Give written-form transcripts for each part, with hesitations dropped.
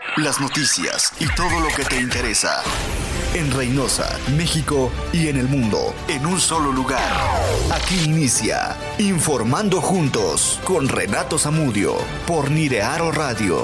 las noticias y todo lo que te interesa. En Reynosa, México y en el mundo, en un solo lugar. Aquí inicia Informando Juntos con Renato Zamudio por Nirearo Radio.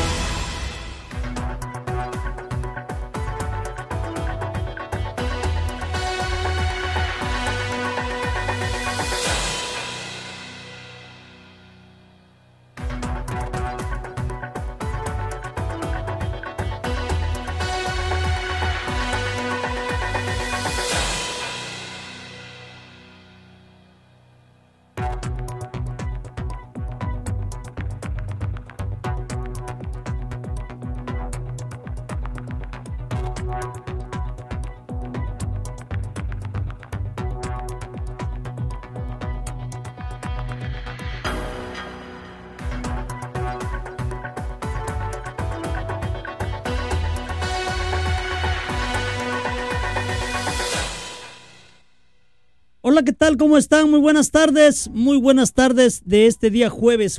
Hola, ¿qué tal? ¿Cómo están? Muy buenas tardes de este día jueves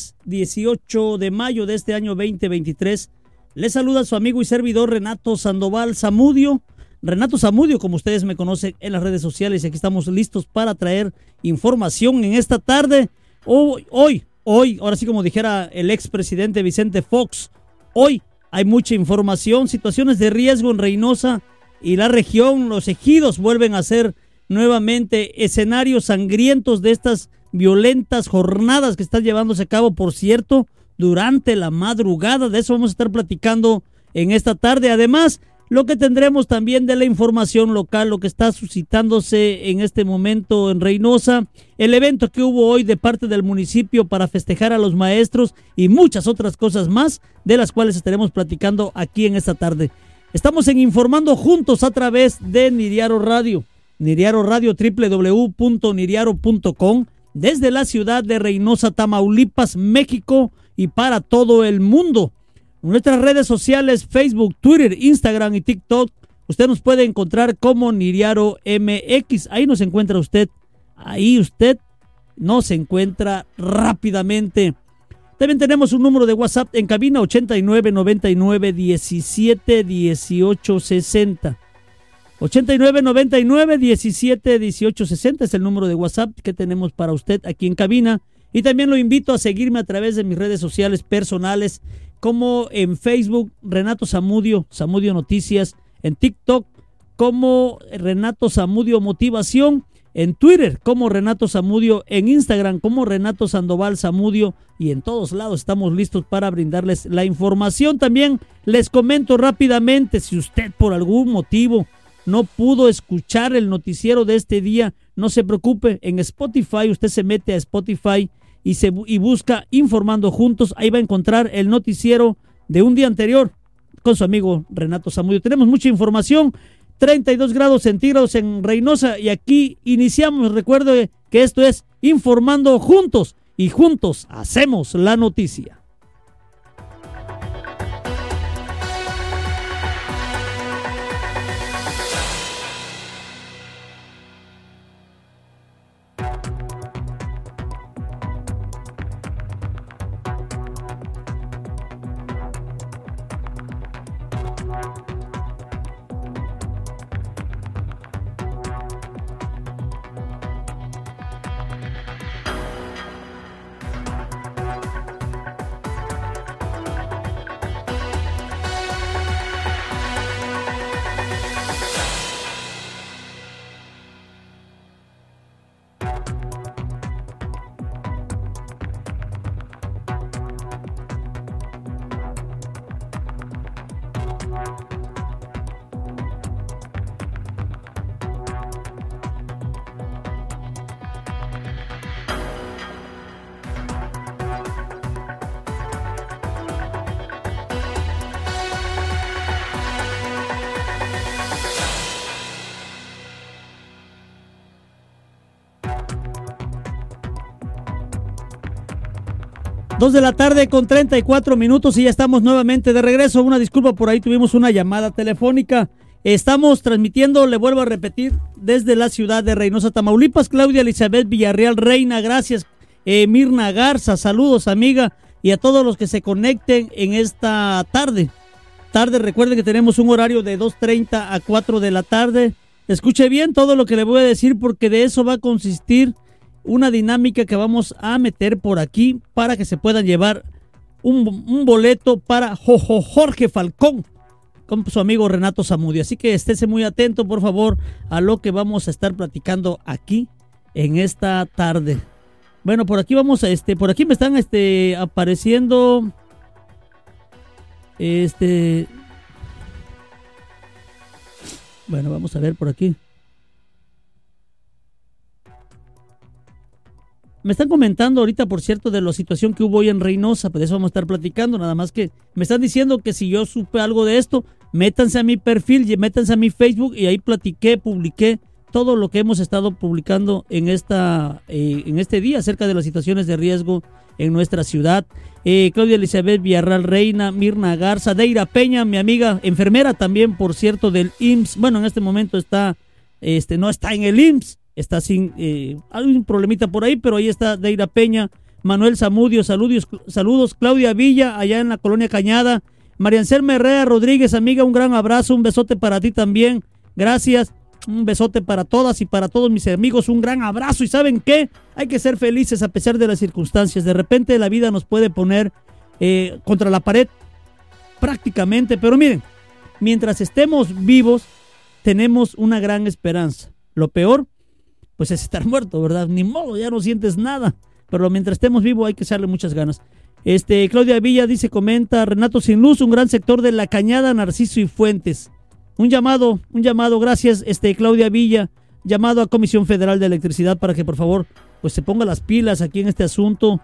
18 de mayo de este año 2023. Les saluda su amigo y servidor Renato Sandoval Zamudio. Renato Zamudio, como ustedes me conocen en las redes sociales, y aquí estamos listos para traer información en esta tarde. Hoy, ahora sí como dijera el expresidente Vicente Fox, hoy hay mucha información, situaciones de riesgo en Reynosa y la región. Los ejidos vuelven a ser nuevamente escenarios sangrientos de estas violentas jornadas que están llevándose a cabo, por cierto, durante la madrugada. De eso vamos a estar platicando en esta tarde. Además, lo que tendremos también de la información local, lo que está suscitándose en este momento en Reynosa, el evento que hubo hoy de parte del municipio para festejar a los maestros y muchas otras cosas más, de las cuales estaremos platicando aquí en esta tarde. Estamos en Informando Juntos a través de Nirearo Radio. Nirearo Radio, www.nirearo.com, desde la ciudad de Reynosa, Tamaulipas, México, y para todo el mundo. Nuestras redes sociales, Facebook, Twitter, Instagram y TikTok, usted nos puede encontrar como Nirearo MX. Ahí nos encuentra usted. Ahí usted nos encuentra rápidamente. También tenemos un número de WhatsApp en cabina, 8999-171860. 8999-171860 es el número de WhatsApp que tenemos para usted aquí en cabina. Y también lo invito a seguirme a través de mis redes sociales personales, como en Facebook, Renato Zamudio, Zamudio Noticias, en TikTok, como Renato Zamudio Motivación, en Twitter, como Renato Zamudio, en Instagram, como Renato Sandoval Zamudio, y en todos lados estamos listos para brindarles la información. También les comento rápidamente, si usted por algún motivo no pudo escuchar el noticiero de este día, no se preocupe. En Spotify, usted se mete a Spotify y busca Informando Juntos. Ahí va a encontrar el noticiero de un día anterior con su amigo Renato Zamudio. Tenemos mucha información. 32 grados centígrados en Reynosa, y aquí iniciamos. Recuerde que esto es Informando Juntos, y juntos hacemos la noticia. Dos de la tarde con 34 minutos y ya estamos nuevamente de regreso. Una disculpa, por ahí tuvimos una llamada telefónica. Estamos transmitiendo, le vuelvo a repetir, desde la ciudad de Reynosa, Tamaulipas. Claudia Elizabeth Villarreal Reina, gracias. Mirna Garza, saludos amiga. y a todos los que se conecten en esta tarde. Recuerden que tenemos un horario de 2:30 a 4 de la tarde. Escuche bien todo lo que le voy a decir, porque de eso va a consistir una dinámica que vamos a meter por aquí para que se puedan llevar un boleto para Jorge Falcón con su amigo Renato Zamudio. Así que estése muy atento, por favor, a lo que vamos a estar platicando aquí en esta tarde. Bueno, por aquí vamos por aquí me están apareciendo bueno, vamos a ver por aquí. Me están comentando ahorita, por cierto, de la situación que hubo hoy en Reynosa, pues de eso vamos a estar platicando, nada más que me están diciendo que si yo supe algo de esto, métanse a mi perfil, métanse a mi Facebook y ahí publiqué todo lo que hemos estado publicando en este día acerca de las situaciones de riesgo en nuestra ciudad. Claudia Elizabeth Villarreal Reina, Mirna Garza, Deira Peña, mi amiga enfermera también, por cierto, del IMSS. Bueno, en este momento no está en el IMSS, está hay un problemita por ahí, pero ahí está Deira Peña. Manuel Zamudio, saludos. Claudia Villa, allá en la Colonia Cañada. María Anselma Herrera Rodríguez, amiga, un gran abrazo, un besote para ti también, gracias. Un besote para todas y para todos mis amigos, un gran abrazo. ¿Y saben qué? Hay que ser felices a pesar de las circunstancias. De repente la vida nos puede poner contra la pared prácticamente, pero miren, mientras estemos vivos tenemos una gran esperanza. Lo peor pues es estar muerto, ¿verdad? Ni modo, ya no sientes nada, pero mientras estemos vivos hay que echarle muchas ganas. Claudia Villa comenta, Renato sin luz, un gran sector de La Cañada, Narciso y Fuentes. Un llamado, gracias, Claudia Villa, llamado a Comisión Federal de Electricidad para que por favor pues se ponga las pilas aquí en este asunto,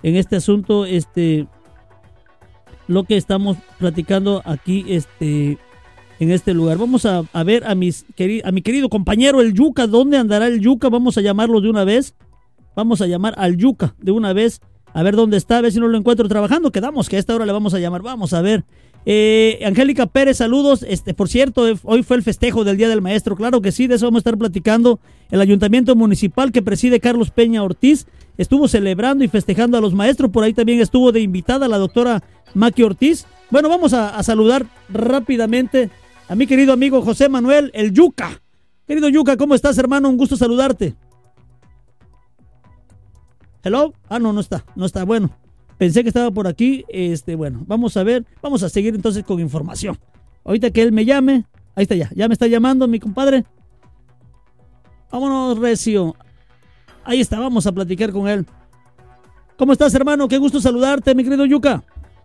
lo que estamos platicando aquí, en este lugar. Vamos a ver a mi querido compañero el Yuca. ¿Dónde andará el Yuca? Vamos a llamarlo de una vez. Vamos a llamar al Yuca de una vez, a ver dónde está, a ver si no lo encuentro trabajando. Quedamos que a esta hora le vamos a llamar. Vamos a ver. Angélica Pérez, saludos. Por cierto, hoy fue el festejo del Día del Maestro. Claro que sí, de eso vamos a estar platicando. El ayuntamiento municipal que preside Carlos Peña Ortiz estuvo celebrando y festejando a los maestros. Por ahí también estuvo de invitada la doctora Maki Ortiz. Bueno, vamos a saludar rápidamente a mi querido amigo José Manuel, el Yuca. Querido Yuca, ¿cómo estás, hermano? Un gusto saludarte. Hello. No está. Bueno, pensé que estaba por aquí. Bueno, vamos a ver. Vamos a seguir entonces con información. Ahorita que él me llame. Ahí está ya. Ya me está llamando mi compadre. Vámonos, recio. Ahí está, vamos a platicar con él. ¿Cómo estás, hermano? Qué gusto saludarte, mi querido Yuca.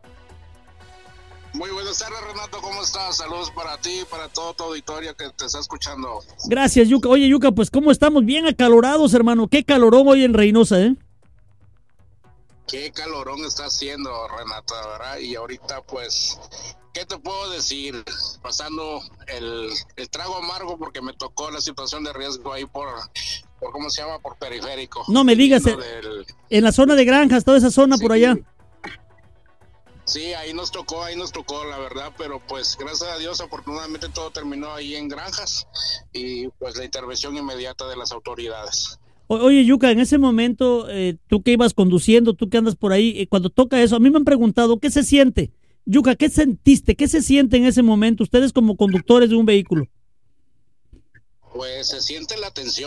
Muy buenas tardes, Renato, ¿cómo estás? Saludos para ti y para todo tu auditorio que te está escuchando. Gracias, Yuca. Oye, Yuca, pues ¿cómo estamos? Bien acalorados, hermano. Qué calorón hoy en Reynosa, ¿eh? Qué calorón está haciendo, Renato, ¿verdad? Y ahorita, pues, ¿qué te puedo decir? Pasando el trago amargo porque me tocó la situación de riesgo ahí por ¿cómo se llama? Por periférico. No me digas, en la zona de Granjas, toda esa zona, sí, por allá. Sí, ahí nos tocó, la verdad, pero pues gracias a Dios, afortunadamente todo terminó ahí en Granjas y pues la intervención inmediata de las autoridades. Oye, Yuca, en ese momento, tú que ibas conduciendo, tú que andas por ahí, cuando toca eso, a mí me han preguntado, ¿qué se siente? Yuca, ¿qué sentiste? ¿Qué se siente en ese momento, ustedes como conductores de un vehículo? Pues se siente la tensión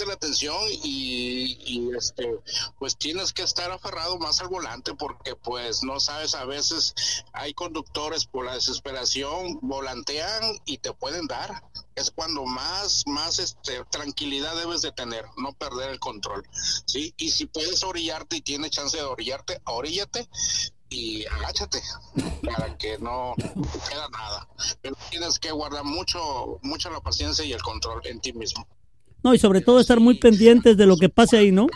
y pues tienes que estar aferrado más al volante porque pues no sabes, a veces hay conductores por la desesperación volantean y te pueden dar. Es cuando más tranquilidad debes de tener, no perder el control, ¿sí? Y si puedes orillarte y tienes chance de orillarte, oríllate y agáchate para que no queda nada, pero tienes que guardar mucho la paciencia y el control en ti mismo. No, y sobre todo estar muy pendientes de lo que pase ahí, ¿no?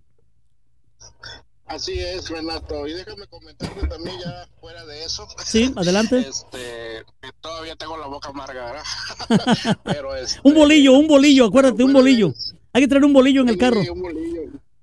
Así es, Renato, y déjame comentarte también ya fuera de eso. Sí, adelante. Todavía tengo la boca amarga, ¿verdad? Pero un bolillo, acuérdate, un bolillo. Hay que traer un bolillo en el carro. Un bolillo.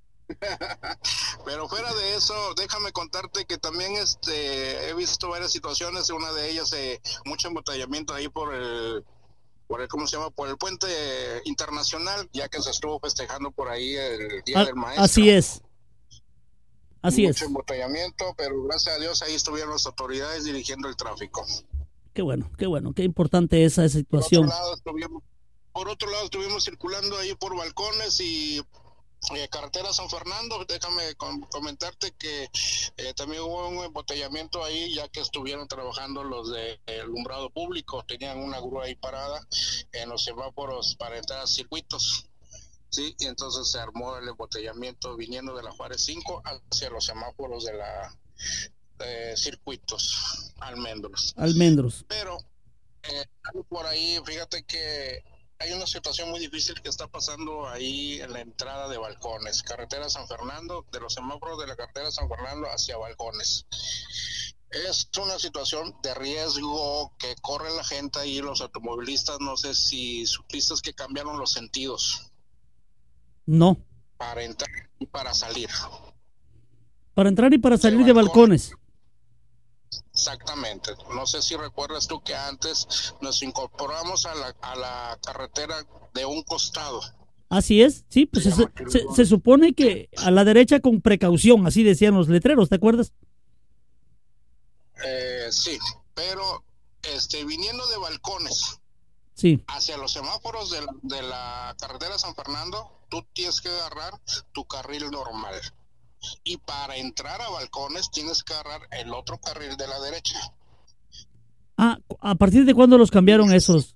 Pero fuera de eso, déjame contarte que también he visto varias situaciones, una de ellas mucho embotellamiento ahí por el ¿cómo se llama? Por el puente internacional, ya que se estuvo festejando por ahí el Día del Maestro. Así es. Así mucho es. embotellamiento, pero gracias a Dios ahí estuvieron las autoridades dirigiendo el tráfico. Qué bueno, qué importante esa situación. Por otro lado estuvimos circulando ahí por balcones y carretera San Fernando. Déjame comentarte que también hubo un embotellamiento ahí, ya que estuvieron trabajando los de alumbrado público, tenían una grúa ahí parada en los semáforos para entrar a circuitos. Sí, y entonces se armó el embotellamiento viniendo de la Juárez 5 hacia los semáforos de la circuitos Almendros. Pero por ahí, fíjate que hay una situación muy difícil que está pasando ahí en la entrada de Balcones, carretera San Fernando, de los semáforos de la carretera San Fernando hacia Balcones. Es una situación de riesgo que corre la gente ahí, los automovilistas. No sé si supiste que cambiaron los sentidos. No. Para entrar y para salir. Para entrar y para salir de balcones. Exactamente. No sé si recuerdas tú que antes nos incorporamos a la carretera de un costado. Así es, sí, pues se supone que a la derecha con precaución, así decían los letreros, ¿te acuerdas? Sí, pero viniendo de Balcones, sí, hacia los semáforos de la carretera San Fernando, tú tienes que agarrar tu carril normal. Y para entrar a Balcones tienes que agarrar el otro carril de la derecha. Ah, ¿a partir de cuándo los cambiaron esos?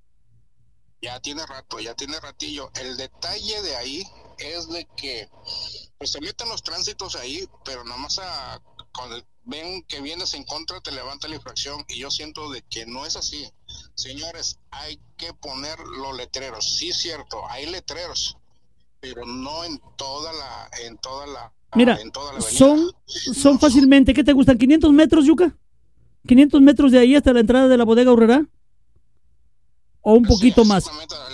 Ya tiene ratillo. El detalle de ahí es de que pues se meten los tránsitos ahí, pero nada más cuando ven que vienes en contra te levanta la infracción, y yo siento de que no es así. Señores, hay que poner los letreros. Sí, cierto, hay letreros, pero no en toda la Mira, en toda la avenida. Son fácilmente, ¿qué te gustan? ¿500 metros, Yuka? ¿500 metros de ahí hasta la entrada de la bodega Aurrerá? ¿O un poquito más?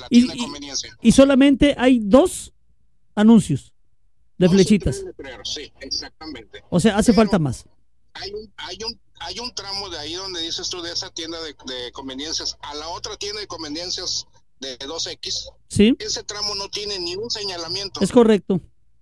Y solamente hay 2 anuncios de flechitas. Sí, exactamente. O sea, hace falta más. Hay un tramo de ahí donde dices tú, de esa tienda de conveniencias a la otra tienda de conveniencias de 2X. Sí. Ese tramo no tiene ni un señalamiento. Es correcto.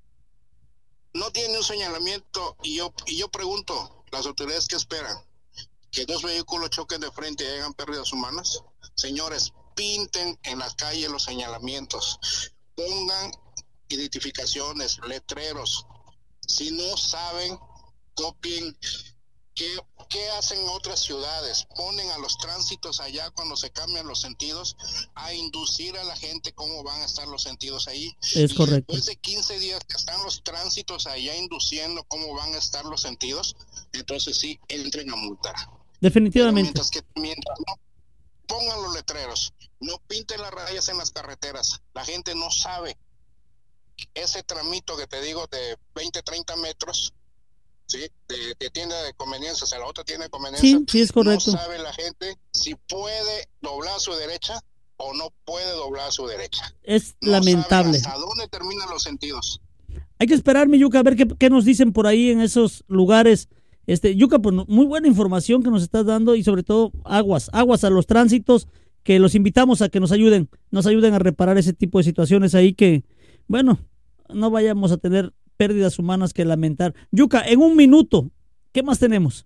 No tiene un señalamiento, y yo pregunto, ¿las autoridades qué esperan? ¿Que 2 vehículos choquen de frente y hagan pérdidas humanas? Señores, pinten en las calles los señalamientos, pongan identificaciones, letreros. Si no saben, copien. ¿Qué hacen otras ciudades? Ponen a los tránsitos allá cuando se cambian los sentidos a inducir a la gente cómo van a estar los sentidos ahí. Es correcto. Después de 15 días que están los tránsitos allá induciendo cómo van a estar los sentidos, entonces sí, entren a multar. Definitivamente. Mientras no pongan los letreros, no pinten las rayas en las carreteras, la gente no sabe. Ese tramito que te digo de 20, 30 metros, ¿sí? De tienda de conveniencias a la otra tienda de conveniencias, sí, es correcto. No sabe la gente si puede doblar a su derecha o no puede doblar a su derecha. Es lamentable. ¿Hasta dónde terminan los sentidos? Hay que esperar, mi Yuka, a ver qué nos dicen por ahí en esos lugares. Yuka, pues muy buena información que nos estás dando, y sobre todo aguas a los tránsitos, que los invitamos a que nos ayuden a reparar ese tipo de situaciones ahí, que, bueno, no vayamos a tener pérdidas humanas que lamentar. Yuka, en un minuto, ¿qué más tenemos?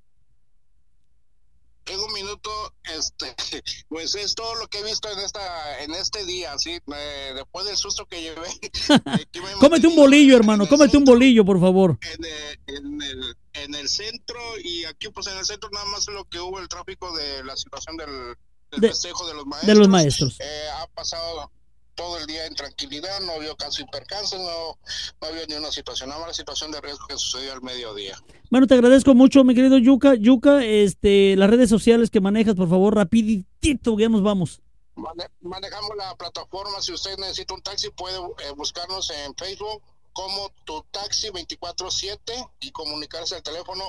En un minuto, pues es todo lo que he visto en este día, ¿sí? Después del susto que llevé. Cómete un bolillo, hermano, cómete un bolillo, por favor. En el centro, y aquí pues en el centro nada más lo que hubo el tráfico de la situación del festejo de los maestros. De los maestros. Ha pasado todo el día en tranquilidad, no vio casi percances, no vio ni una situación, nada más la situación de riesgo que sucedió al mediodía. Bueno, te agradezco mucho, mi querido Yuka. Yuka, las redes sociales que manejas, por favor, rapidito, ya nos vamos. Manejamos la plataforma. Si usted necesita un taxi, puede buscarnos en Facebook como Tu Taxi 24/7 y comunicarse al teléfono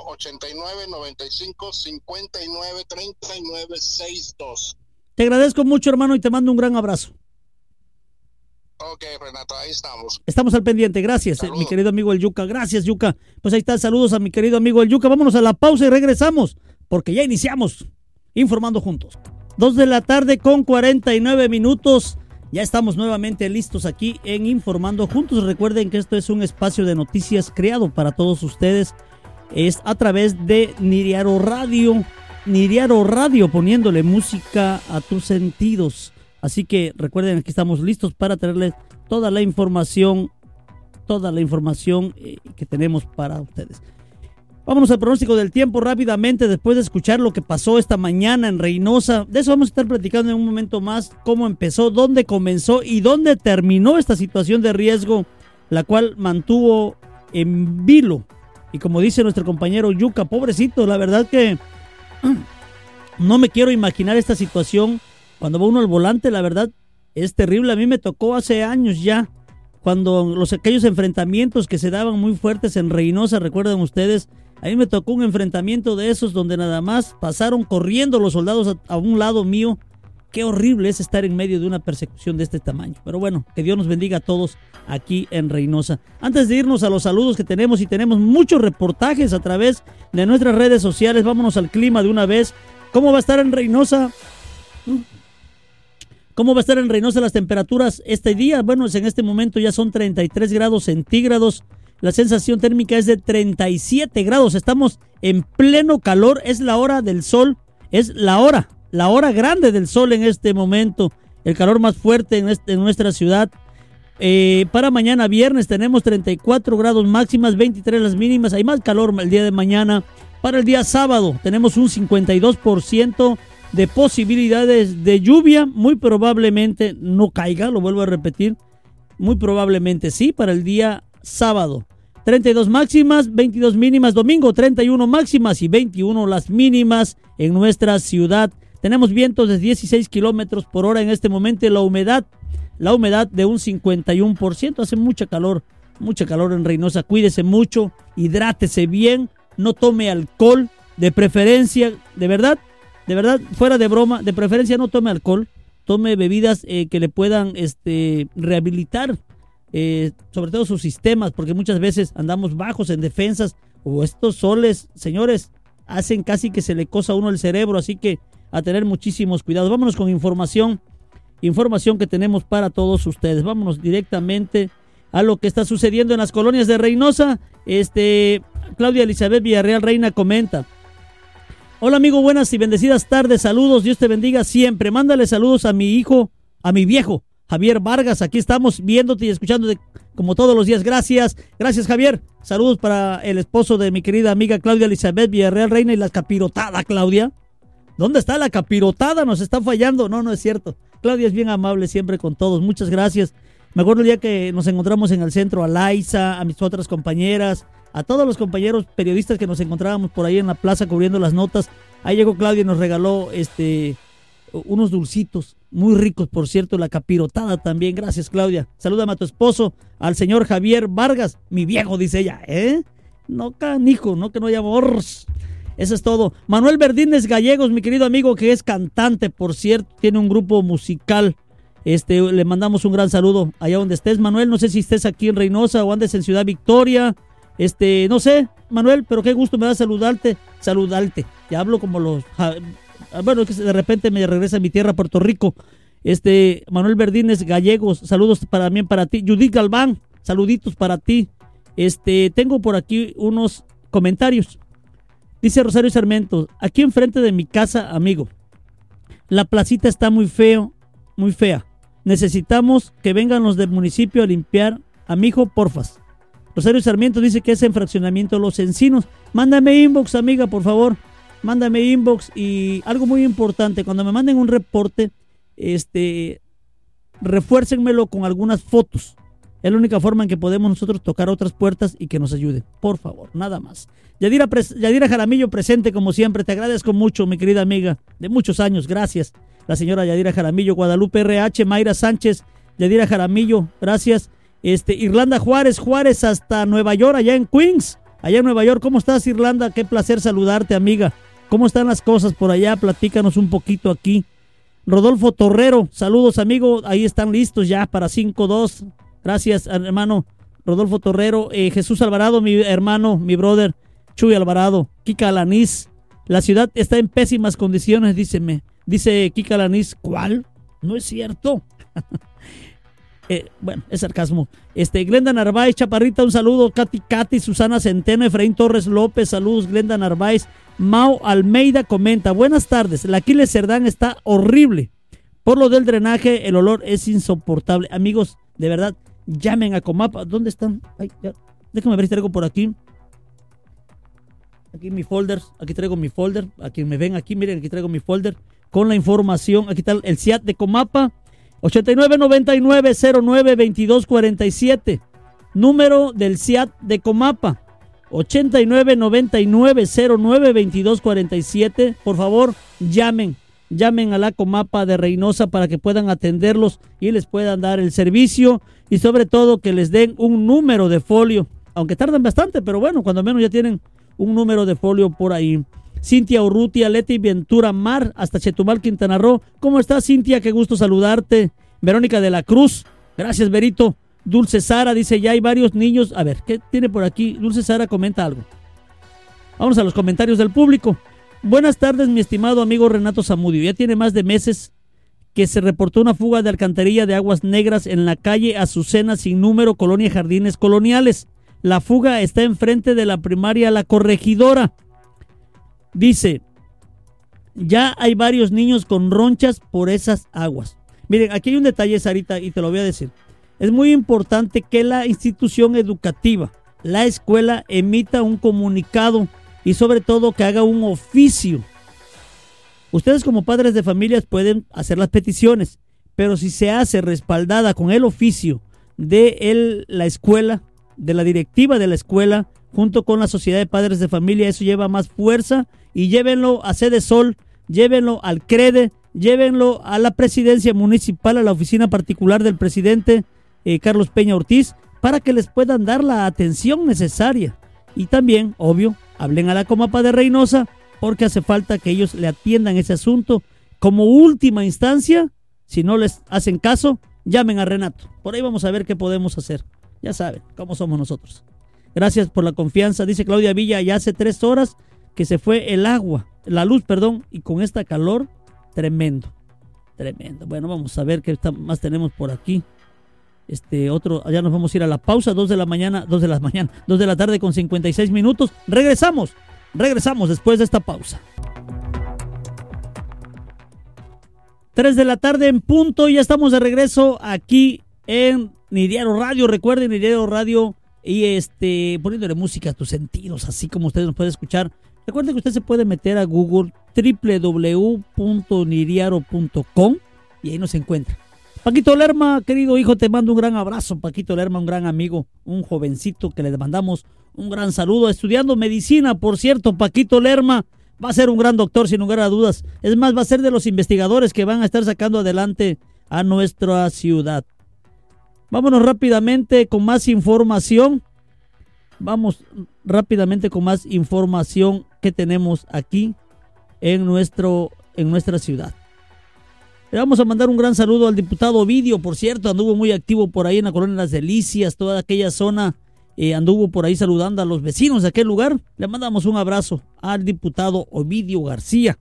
8995-5939-62. Te agradezco mucho, hermano, y te mando un gran abrazo. Ok, Renato, ahí estamos. Estamos al pendiente, gracias, mi querido amigo el Yuka. Gracias, Yuka. Pues ahí está, saludos a mi querido amigo el Yuka. Vámonos a la pausa y regresamos, porque ya iniciamos Informando Juntos. 2 de la tarde con 49 minutos. Ya estamos nuevamente listos aquí en Informando Juntos. Recuerden que esto es un espacio de noticias creado para todos ustedes. Es a través de Niriaro Radio. Niriaro Radio, poniéndole música a tus sentidos. Así que recuerden que estamos listos para traerles toda la información que tenemos para ustedes. Vámonos al pronóstico del tiempo rápidamente después de escuchar lo que pasó esta mañana en Reynosa. De eso vamos a estar platicando en un momento más, cómo empezó, dónde comenzó y dónde terminó esta situación de riesgo, la cual mantuvo en vilo. Y como dice nuestro compañero Yuka, pobrecito, la verdad que no me quiero imaginar esta situación cuando va uno al volante, la verdad es terrible. A mí me tocó hace años ya, cuando aquellos enfrentamientos que se daban muy fuertes en Reynosa, recuerdan ustedes, a mí me tocó un enfrentamiento de esos donde nada más pasaron corriendo los soldados a un lado mío. Qué horrible es estar en medio de una persecución de este tamaño. Pero bueno, que Dios nos bendiga a todos aquí en Reynosa. Antes de irnos a los saludos que tenemos, y tenemos muchos reportajes a través de nuestras redes sociales, vámonos al clima de una vez. ¿Cómo va a estar en Reynosa? ¿Cómo va a estar en Reynosa las temperaturas este día? Bueno, en este momento ya son 33 grados centígrados. La sensación térmica es de 37 grados. Estamos en pleno calor. Es la hora del sol. Es la hora grande del sol en este momento. El calor más fuerte en nuestra ciudad. Para mañana viernes tenemos 34 grados máximas, 23 las mínimas. Hay más calor el día de mañana. Para el día sábado tenemos un 52% de posibilidades de lluvia. Muy probablemente no caiga, lo vuelvo a repetir. Muy probablemente sí, para el día sábado. 32 máximas, 22 mínimas. Domingo 31 máximas y 21 las mínimas en nuestra ciudad. Tenemos vientos de 16 kilómetros por hora en este momento. La humedad de un 51%. Hace mucha calor en Reynosa. Cuídese mucho, hidrátese bien, no tome alcohol, de preferencia, de verdad, fuera de broma, de preferencia no tome alcohol, tome bebidas que le puedan rehabilitar, sobre todo sus sistemas, porque muchas veces andamos bajos en defensas, o estos soles, señores, hacen casi que se le cosa a uno el cerebro, así que a tener muchísimos cuidados. Vámonos con información que tenemos para todos ustedes. Vámonos directamente a lo que está sucediendo en las colonias de Reynosa. Claudia Elizabeth Villarreal Reina comenta: hola amigo, buenas y bendecidas tardes, saludos, Dios te bendiga siempre. Mándale saludos a mi viejo Javier Vargas. Aquí estamos viéndote y escuchándote como todos los días. Gracias Javier. Saludos para el esposo de mi querida amiga Claudia Elizabeth Villarreal Reina. Y la capirotada, Claudia, ¿dónde está la capirotada? Nos está fallando. No es cierto. Claudia es bien amable siempre con todos. Muchas gracias. Me acuerdo el día que nos encontramos en el centro, a Laisa, a mis otras compañeras, a todos los compañeros periodistas que nos encontrábamos por ahí en la plaza cubriendo las notas. Ahí llegó Claudia y nos regaló unos dulcitos muy ricos, por cierto, la capirotada también. Gracias, Claudia. Salúdame a tu esposo, al señor Javier Vargas, mi viejo, dice ella, no canijo, no que no llamo Ors. Eso es todo. Manuel Verdines Gallegos, mi querido amigo, que es cantante, por cierto, tiene un grupo musical. Le mandamos un gran saludo allá donde estés, Manuel. No sé si estés aquí en Reynosa o andes en Ciudad Victoria. No sé, Manuel, pero qué gusto me da saludarte. Ya hablo como los... Bueno, es que de repente me regresa a mi tierra, Puerto Rico. Manuel Verdines Gallegos, saludos también para ti. Judith Galván, saluditos para ti. Tengo por aquí unos comentarios. Dice Rosario Sarmiento: aquí enfrente de mi casa, amigo, la placita está muy fea. Necesitamos que vengan los del municipio a limpiar. Amigo, porfas. Rosario Sarmiento dice que es en fraccionamiento Los Encinos. Mándame inbox, amiga, por favor. Mándame inbox. Y algo muy importante, cuando me manden un reporte, refuércenmelo con algunas fotos. Es la única forma en que podemos nosotros tocar otras puertas y que nos ayuden. Por favor, nada más. Yadira Jaramillo presente como siempre. Te agradezco mucho, mi querida amiga, de muchos años. Gracias. La señora Yadira Jaramillo, Guadalupe RH, Mayra Sánchez, Yadira Jaramillo, gracias. Irlanda Juárez hasta Nueva York, allá en Queens, allá en Nueva York. ¿Cómo estás, Irlanda? Qué placer saludarte, amiga. ¿Cómo están las cosas por allá? Platícanos un poquito aquí. Rodolfo Torrero, saludos, amigo. Ahí están listos ya para 5-2. Gracias, hermano Rodolfo Torrero. Jesús Alvarado, mi hermano, mi brother, Chuy Alvarado. Kika Alanís, la ciudad está en pésimas condiciones, dice Kika Alanís. ¿Cuál? No es cierto. Bueno, es sarcasmo. Glenda Narváez, Chaparrita, un saludo. Katy, Susana Centeno, Efraín Torres López, saludos. Glenda Narváez. Mau Almeida comenta: buenas tardes, la Aquiles Cerdán está horrible. Por lo del drenaje, el olor es insoportable. Amigos, de verdad, llamen a Comapa. ¿Dónde están? Ay, ya. Déjame ver si traigo por aquí. Aquí mi folder, aquí traigo mi folder. Aquí me ven aquí, miren, aquí traigo mi folder con la información. Aquí está el CIAT de Comapa. 8999-092247. Número del CIAT de Comapa. 8999-092247. Por favor, llamen a la Comapa de Reynosa para que puedan atenderlos y les puedan dar el servicio, y sobre todo que les den un número de folio, aunque tardan bastante, pero bueno, cuando menos ya tienen un número de folio por ahí. Cintia Urrutia, Leti Ventura Mar, hasta Chetumal, Quintana Roo. ¿Cómo estás, Cintia? Qué gusto saludarte. Verónica de la Cruz, gracias, Berito. Dulce Sara dice: ya hay varios niños. A ver, ¿qué tiene por aquí? Dulce Sara comenta algo. Vamos a los comentarios del público. Buenas tardes, mi estimado amigo Renato Zamudio. Ya tiene más de meses que se reportó una fuga de alcantarilla de aguas negras en la calle Azucena sin número, Colonia Jardines Coloniales. La fuga está enfrente de la primaria La Corregidora. Dice: ya hay varios niños con ronchas por esas aguas. Miren, aquí hay un detalle, Sarita, y te lo voy a decir. Es muy importante que la institución educativa, la escuela, emita un comunicado y sobre todo que haga un oficio. Ustedes como padres de familias pueden hacer las peticiones, pero si se hace respaldada con el oficio de la escuela, de la directiva de la escuela, junto con la sociedad de padres de familia, eso lleva más fuerza. Y llévenlo a Sede Sol, llévenlo al CREDE, llévenlo a la presidencia municipal, a la oficina particular del presidente Carlos Peña Ortiz, para que les puedan dar la atención necesaria. Y también, obvio, hablen a la Comapa de Reynosa, porque hace falta que ellos le atiendan ese asunto. Como última instancia, si no les hacen caso, llamen a Renato. Por ahí vamos a ver qué podemos hacer. Ya saben cómo somos nosotros. Gracias por la confianza. Dice Claudia Villa: ya hace 3 horas que se fue la luz, y con esta calor, tremendo. Bueno, vamos a ver qué más tenemos por aquí. Ya nos vamos a ir a la pausa, 2 de la tarde con 56 minutos. Regresamos después de esta pausa. 3 de la tarde en punto, ya estamos de regreso aquí en Nidiaro Radio. Recuerden, Nidiaro Radio, y poniéndole música a tus sentidos, así como ustedes nos pueden escuchar. Recuerden que usted se puede meter a Google, www.nidiaro.com, y ahí nos encuentra. Paquito Lerma, querido hijo, te mando un gran abrazo. Paquito Lerma, un gran amigo, un jovencito que le mandamos un gran saludo, estudiando medicina, por cierto. Paquito Lerma va a ser un gran doctor, sin lugar a dudas. Es más, va a ser de los investigadores que van a estar sacando adelante a nuestra ciudad. Vámonos rápidamente con más información. Que tenemos aquí en nuestra ciudad. Le vamos a mandar un gran saludo al diputado Ovidio, por cierto, anduvo muy activo por ahí en la colonia Las Delicias, toda aquella zona, anduvo por ahí saludando a los vecinos de aquel lugar. Le mandamos un abrazo al diputado Ovidio García,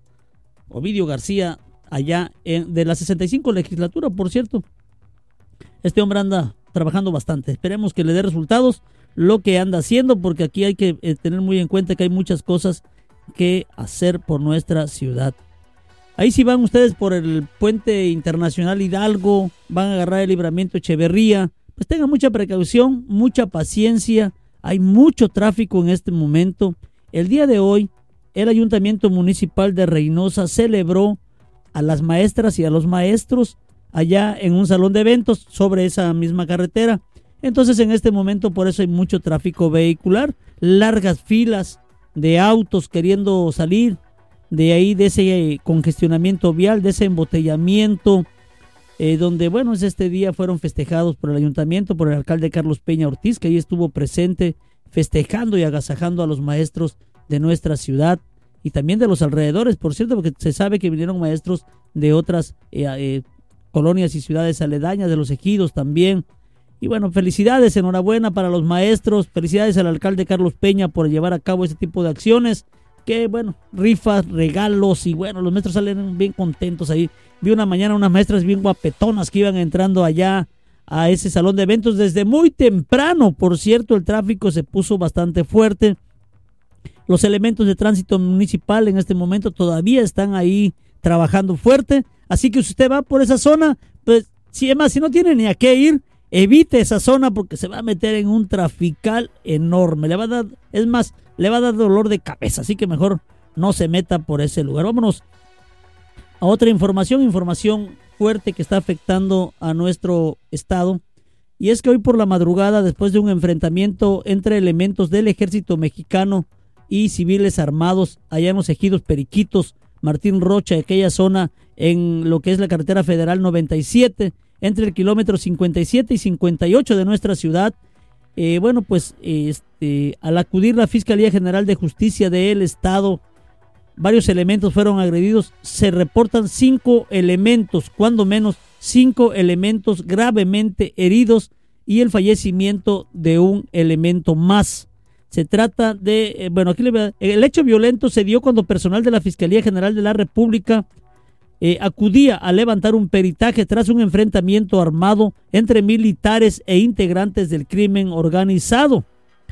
allá de la 65 legislatura, por cierto. Este hombre anda trabajando bastante, esperemos que le dé resultados lo que anda haciendo, porque aquí hay que tener muy en cuenta que hay muchas cosas que hacer por nuestra ciudad. Ahí si van ustedes por el puente internacional Hidalgo, van a agarrar el libramiento Echeverría, pues tengan mucha precaución, mucha paciencia. Hay mucho tráfico en este momento. El día de hoy, el Ayuntamiento Municipal de Reynosa celebró a las maestras y a los maestros allá en un salón de eventos sobre esa misma carretera. Entonces, en este momento, por eso hay mucho tráfico vehicular, largas filas de autos queriendo salir de ahí, de ese congestionamiento vial, de ese embotellamiento, donde, bueno, este día fueron festejados por el ayuntamiento, por el alcalde Carlos Peña Ortiz, que ahí estuvo presente festejando y agasajando a los maestros de nuestra ciudad y también de los alrededores, por cierto, porque se sabe que vinieron maestros de otras colonias y ciudades aledañas, de los ejidos también. Y bueno, felicidades, enhorabuena para los maestros, felicidades al alcalde Carlos Peña por llevar a cabo este tipo de acciones que bueno, rifas, regalos, y bueno, los maestros salen bien contentos ahí. Vi una mañana unas maestras bien guapetonas que iban entrando allá a ese salón de eventos desde muy temprano. Por cierto, el tráfico se puso bastante fuerte. Los elementos de tránsito municipal en este momento todavía están ahí trabajando fuerte. Así que si usted va por esa zona, pues si no tiene ni a qué ir, evite esa zona porque se va a meter en un trafical enorme. Le va a dar dolor de cabeza. Así que mejor no se meta por ese lugar. Vámonos a otra información fuerte que está afectando a nuestro estado. Y es que hoy por la madrugada, después de un enfrentamiento entre elementos del ejército mexicano y civiles armados allá en los ejidos Periquitos, Martín Rocha, aquella zona en lo que es la carretera federal 97, entre el kilómetro 57 y 58 de nuestra ciudad, al acudir la Fiscalía General de Justicia del Estado, varios elementos fueron agredidos. Se reportan 5 elementos, cuando menos 5 elementos gravemente heridos y el fallecimiento de un elemento más. Se trata de, el hecho violento se dio cuando personal de la Fiscalía General de la República acudía a levantar un peritaje tras un enfrentamiento armado entre militares e integrantes del crimen organizado.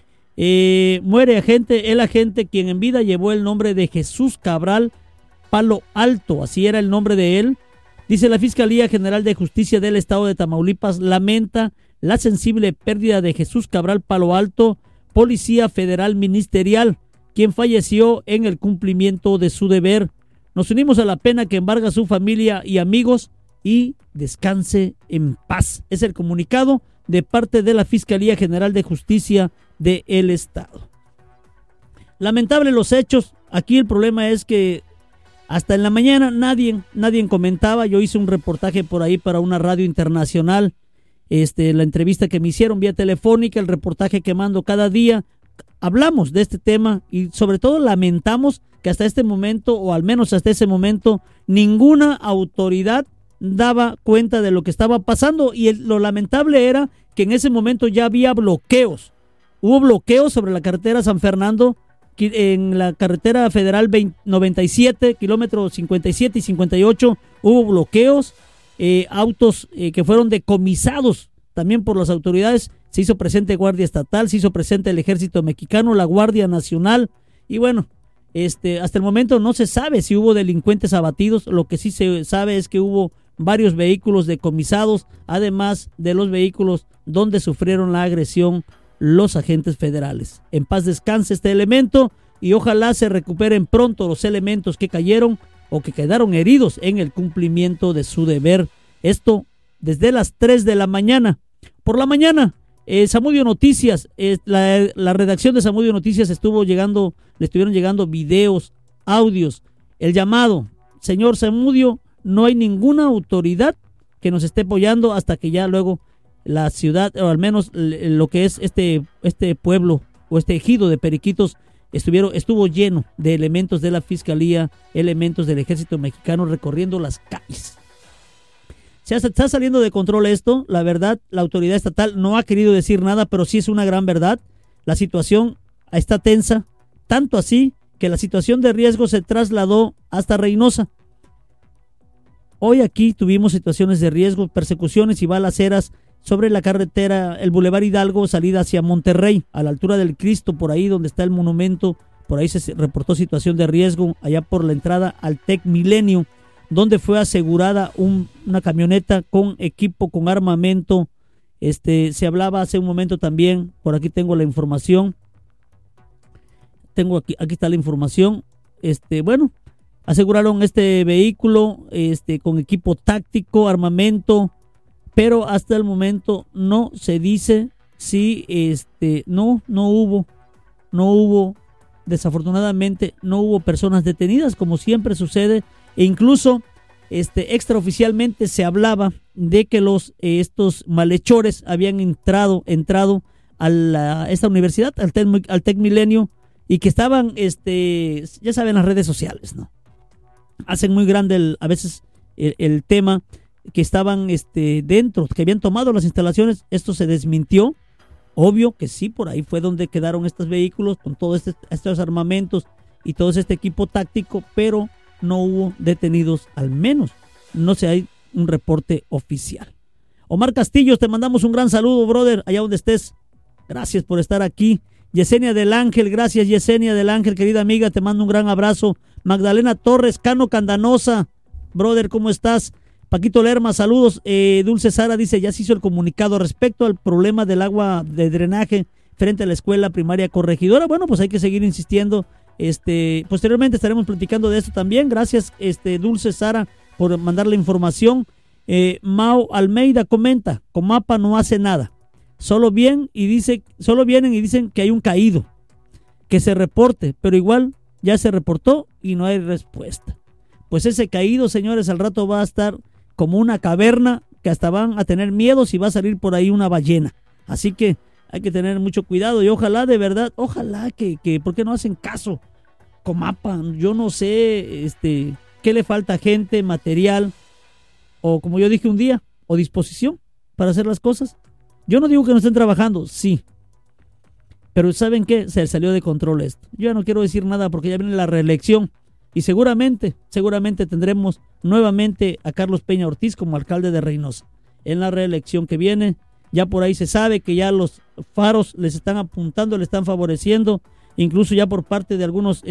Muere el agente quien en vida llevó el nombre de Jesús Cabral Palo Alto, así era el nombre de él. Dice la Fiscalía General de Justicia del Estado de Tamaulipas lamenta la sensible pérdida de Jesús Cabral Palo Alto, policía federal ministerial, quien falleció en el cumplimiento de su deber. Nos unimos a la pena que embarga su familia y amigos y descanse en paz. Es el comunicado de parte de la Fiscalía General de Justicia del Estado. Lamentable los hechos. Aquí el problema es que hasta en la mañana nadie comentaba. Yo hice un reportaje por ahí para una radio internacional. La entrevista que me hicieron vía telefónica, el reportaje que mando cada día. Hablamos de este tema y sobre todo lamentamos que hasta este momento, o al menos hasta ese momento, ninguna autoridad daba cuenta de lo que estaba pasando, y lo lamentable era que en ese momento ya había bloqueos. Hubo bloqueos sobre la carretera San Fernando, en la carretera federal 97, kilómetros 57 y 58, hubo bloqueos, autos que fueron decomisados también por las autoridades. Se hizo presente Guardia Estatal, se hizo presente el Ejército Mexicano, la Guardia Nacional, y bueno, hasta el momento no se sabe si hubo delincuentes abatidos. Lo que sí se sabe es que hubo varios vehículos decomisados, además de los vehículos donde sufrieron la agresión los agentes federales. En paz descanse este elemento y ojalá se recuperen pronto los elementos que cayeron o que quedaron heridos en el cumplimiento de su deber. Esto desde las 3 de la mañana. Por la mañana, Zamudio Noticias, la redacción de Zamudio Noticias le estuvieron llegando videos, audios. El llamado: señor Zamudio, no hay ninguna autoridad que nos esté apoyando hasta que ya luego la ciudad, o al menos lo que es este pueblo o este ejido de Periquitos, estuvo lleno de elementos de la Fiscalía, elementos del Ejército Mexicano recorriendo las calles. Se está saliendo de control esto. La verdad, la autoridad estatal no ha querido decir nada, pero sí es una gran verdad. La situación está tensa, tanto así que la situación de riesgo se trasladó hasta Reynosa. Hoy aquí tuvimos situaciones de riesgo, persecuciones y balaceras sobre la carretera, el Boulevard Hidalgo, salida hacia Monterrey, a la altura del Cristo, por ahí donde está el monumento. Por ahí se reportó situación de riesgo, allá por la entrada al Tec Milenio, donde fue asegurada una camioneta con equipo, con armamento. Se hablaba hace un momento también, por aquí tengo la información. Aquí está la información. Aseguraron este vehículo con equipo táctico, armamento, pero hasta el momento no se dice si no hubo, desafortunadamente no hubo personas detenidas, como siempre sucede. E incluso extraoficialmente se hablaba de que estos malhechores habían entrado a esta universidad, al Tec Milenio, y que estaban, ya saben, las redes sociales, ¿no? Hacen muy grande a veces el tema, que estaban dentro, que habían tomado las instalaciones. Esto se desmintió. Obvio que sí, por ahí fue donde quedaron estos vehículos con todos estos armamentos y todo este equipo táctico, pero no hubo detenidos, al menos no se hay un reporte oficial. Omar Castillos, te mandamos un gran saludo, brother, allá donde estés. Gracias por estar aquí. Yesenia del Ángel, gracias Yesenia del Ángel, querida amiga, te mando un gran abrazo. Magdalena Torres, Cano Candanosa, brother, ¿cómo estás? Paquito Lerma, saludos. Dulce Sara dice, ya se hizo el comunicado respecto al problema del agua de drenaje frente a la escuela primaria Corregidora. Bueno, pues hay que seguir insistiendo. Posteriormente estaremos platicando de esto también. Gracias, Dulce Sara, por mandar la información. Mao Almeida comenta, Comapa no hace nada. Solo vienen y dicen que hay un caído, que se reporte, pero igual ya se reportó y no hay respuesta. Pues ese caído, señores, al rato va a estar como una caverna que hasta van a tener miedo si va a salir por ahí una ballena. Así que hay que tener mucho cuidado y ojalá, de verdad, ojalá que ¿por qué no hacen caso? Comapa, yo no sé, qué le falta, gente, material, o como yo dije un día, o disposición para hacer las cosas. Yo no digo que no estén trabajando, sí, pero ¿saben qué? Se salió de control esto. Yo ya no quiero decir nada porque ya viene la reelección y seguramente tendremos nuevamente a Carlos Peña Ortiz como alcalde de Reynosa en la reelección que viene. Ya por ahí se sabe que ya los faros les están apuntando, le están favoreciendo, incluso ya por parte de algunos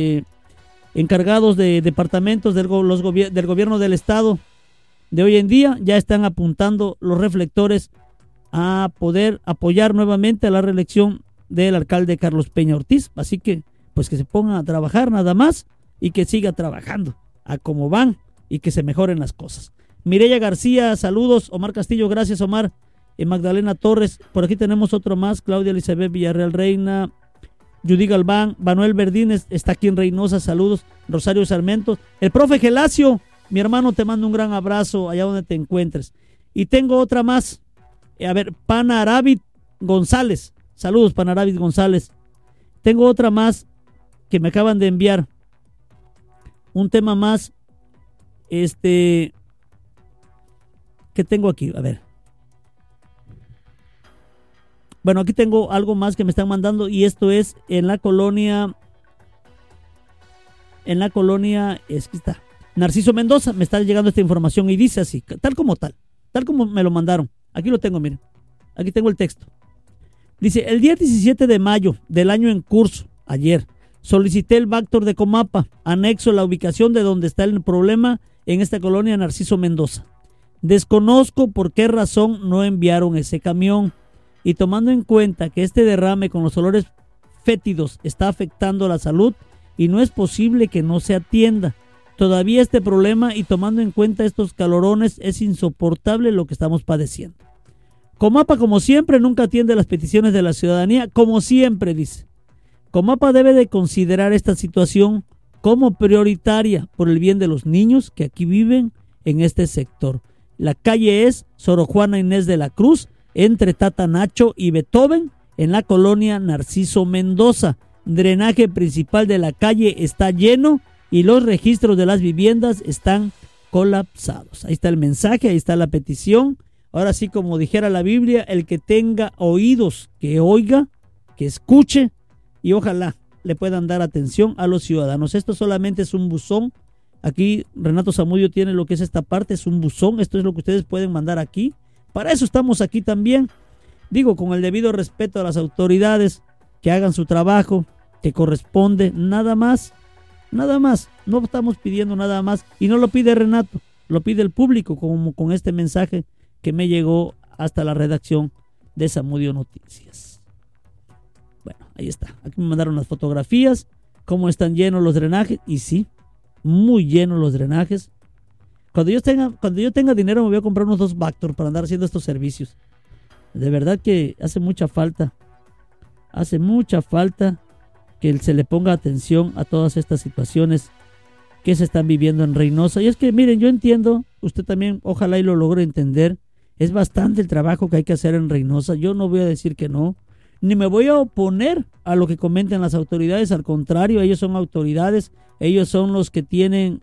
encargados de departamentos del gobierno del estado de hoy en día, ya están apuntando los reflectores a poder apoyar nuevamente a la reelección del alcalde Carlos Peña Ortiz. Así que pues que se pongan a trabajar nada más y que siga trabajando a como van y que se mejoren las cosas. Mireya García, saludos. Omar Castillo, gracias Omar. Magdalena Torres, por aquí tenemos otro más. Claudia Elizabeth Villarreal Reina, Judy Galván, Manuel Verdines está aquí en Reynosa, saludos. Rosario Sarmiento, el profe Gelacio, mi hermano, te mando un gran abrazo allá donde te encuentres. Y tengo otra más. Panarabit González, saludos Panarabit González. Tengo otra más que me acaban de enviar. Un tema más, que tengo aquí, a ver. Bueno, aquí tengo algo más que me están mandando y esto es en la colonia, es que está, Narciso Mendoza, me está llegando esta información y dice así, tal como me lo mandaron. Aquí lo tengo, miren, aquí tengo el texto. Dice, el día 17 de mayo del año en curso, ayer, solicité el Bactor de Comapa, anexo la ubicación de donde está el problema en esta colonia Narciso Mendoza. Desconozco por qué razón no enviaron ese camión. Y tomando en cuenta que este derrame con los olores fétidos está afectando la salud y no es posible que no se atienda todavía este problema, y tomando en cuenta estos calorones, es insoportable lo que estamos padeciendo. Comapa, como siempre, nunca atiende las peticiones de la ciudadanía, como siempre dice. Comapa debe de considerar esta situación como prioritaria por el bien de los niños que aquí viven en este sector. La calle es Sor Juana Inés de la Cruz, entre Tata Nacho y Beethoven, en la colonia Narciso Mendoza. Drenaje principal de la calle está lleno y los registros de las viviendas están colapsados. Ahí está el mensaje, ahí está la petición. Ahora sí, como dijera la Biblia, el que tenga oídos que oiga, que escuche, y ojalá le puedan dar atención a los ciudadanos. Esto solamente es un buzón. Aquí Renato Zamudio tiene lo que es esta parte, es un buzón. Esto es lo que ustedes pueden mandar aquí. Para eso estamos aquí también. Digo, con el debido respeto a las autoridades, que hagan su trabajo, que corresponde, nada más. Nada más. No estamos pidiendo nada más. Y no lo pide Renato, lo pide el público, como con este mensaje que me llegó hasta la redacción de Zamudio Noticias. Bueno, ahí está. Aquí me mandaron las fotografías, cómo están llenos los drenajes. Y sí, muy llenos los drenajes. Cuando yo tenga dinero me voy a comprar unos 2 Bactor para andar haciendo estos servicios. De verdad que hace mucha falta. Hace mucha falta que se le ponga atención a todas estas situaciones que se están viviendo en Reynosa. Y es que, miren, yo entiendo, usted también, ojalá y lo logre entender, es bastante el trabajo que hay que hacer en Reynosa. Yo no voy a decir que no, ni me voy a oponer a lo que comenten las autoridades. Al contrario, ellos son autoridades, ellos son los que tienen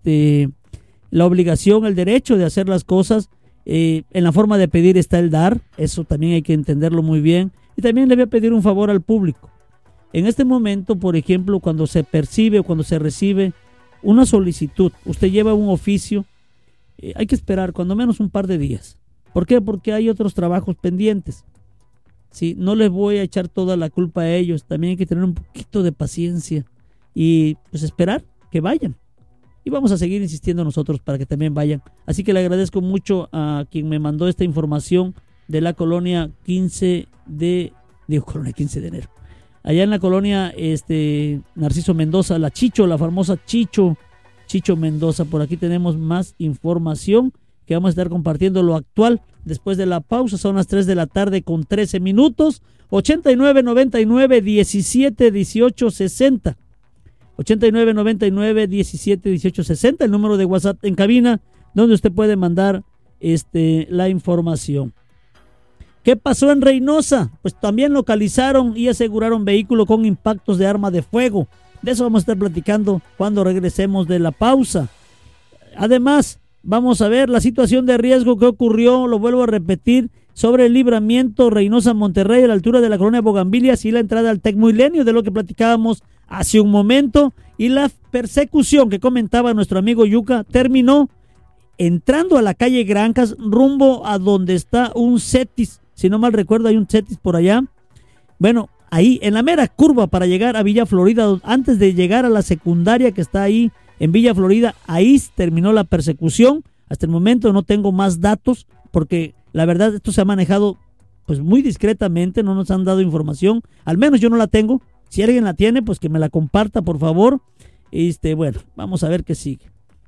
la obligación, el derecho de hacer las cosas. En la forma de pedir está el dar, eso también hay que entenderlo muy bien. Y también le voy a pedir un favor al público. En este momento, por ejemplo, cuando se percibe o cuando se recibe una solicitud, usted lleva un oficio, hay que esperar cuando menos un par de días. ¿Por qué? Porque hay otros trabajos pendientes. Sí, no les voy a echar toda la culpa a ellos, también hay que tener un poquito de paciencia y pues esperar que vayan. Y vamos a seguir insistiendo nosotros para que también vayan. Así que le agradezco mucho a quien me mandó esta información de la colonia 15 de enero. Allá en la colonia Narciso Mendoza, la Chicho, la famosa Chicho Mendoza. Por aquí tenemos más información que vamos a estar compartiendo lo actual después de la pausa. Son las 3 de la tarde con 13 minutos. 89 99 17 18 60. 89 99 17 18 60, el número de WhatsApp en cabina donde usted puede mandar la información. ¿Qué pasó en Reynosa? Pues también localizaron y aseguraron vehículo con impactos de arma de fuego. De eso vamos a estar platicando cuando regresemos de la pausa. Además, vamos a ver la situación de riesgo que ocurrió, lo vuelvo a repetir, sobre el libramiento Reynosa-Monterrey a la altura de la colonia Bogambilias y la entrada al Tec Milenio, de lo que platicábamos hace un momento, y la persecución que comentaba nuestro amigo Yuca terminó entrando a la calle Granjas rumbo a donde está un CETIS, si no mal recuerdo hay un CETIS por allá. Bueno, ahí en la mera curva para llegar a Villa Florida, antes de llegar a la secundaria que está ahí en Villa Florida, ahí terminó la persecución. Hasta el momento no tengo más datos porque la verdad esto se ha manejado pues muy discretamente, no nos han dado información, al menos yo no la tengo. Si alguien la tiene, pues que me la comparta, por favor. Bueno, vamos a ver qué sigue.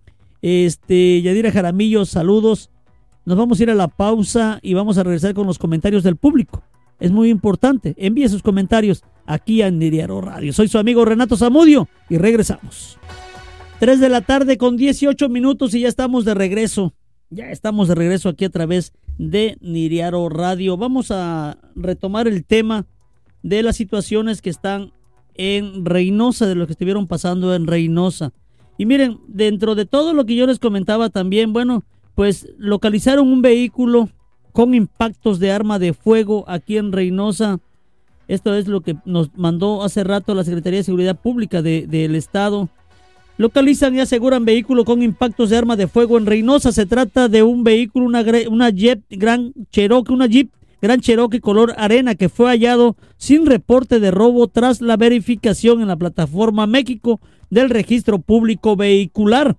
Yadira Jaramillo, saludos. Nos vamos a ir a la pausa y vamos a regresar con los comentarios del público. Es muy importante. Envíe sus comentarios aquí a Niriaro Radio. Soy su amigo Renato Zamudio y regresamos. 3 de la tarde con 18 minutos y ya estamos de regreso. Ya estamos de regreso aquí a través de Niriaro Radio. Vamos a retomar el tema de las situaciones que están en Reynosa, de lo que estuvieron pasando en Reynosa. Y miren, dentro de todo lo que yo les comentaba también, bueno, pues localizaron un vehículo con impactos de arma de fuego aquí en Reynosa. Esto es lo que nos mandó hace rato la Secretaría de Seguridad Pública del Estado. Localizan y aseguran vehículo con impactos de arma de fuego en Reynosa. Se trata de un vehículo, una Jeep Grand Cherokee color arena que fue hallado sin reporte de robo tras la verificación en la plataforma México del registro público vehicular.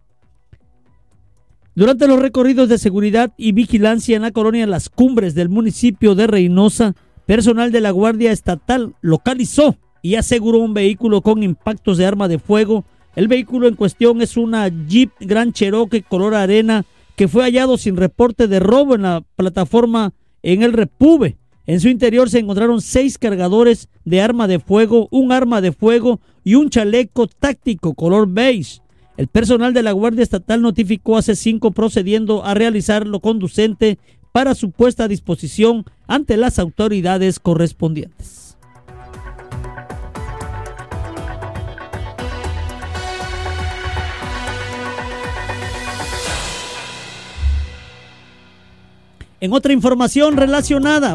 Durante los recorridos de seguridad y vigilancia en la colonia Las Cumbres del municipio de Reynosa, personal de la Guardia Estatal localizó y aseguró un vehículo con impactos de arma de fuego. El vehículo en cuestión es una Jeep Grand Cherokee color arena que fue hallado sin reporte de robo en la plataforma en el Repube. En su interior se encontraron 6 cargadores de arma de fuego, un arma de fuego y un chaleco táctico color beige. El personal de la Guardia Estatal notificó a C5 procediendo a realizar lo conducente para su puesta a disposición ante las autoridades correspondientes. En otra información relacionada,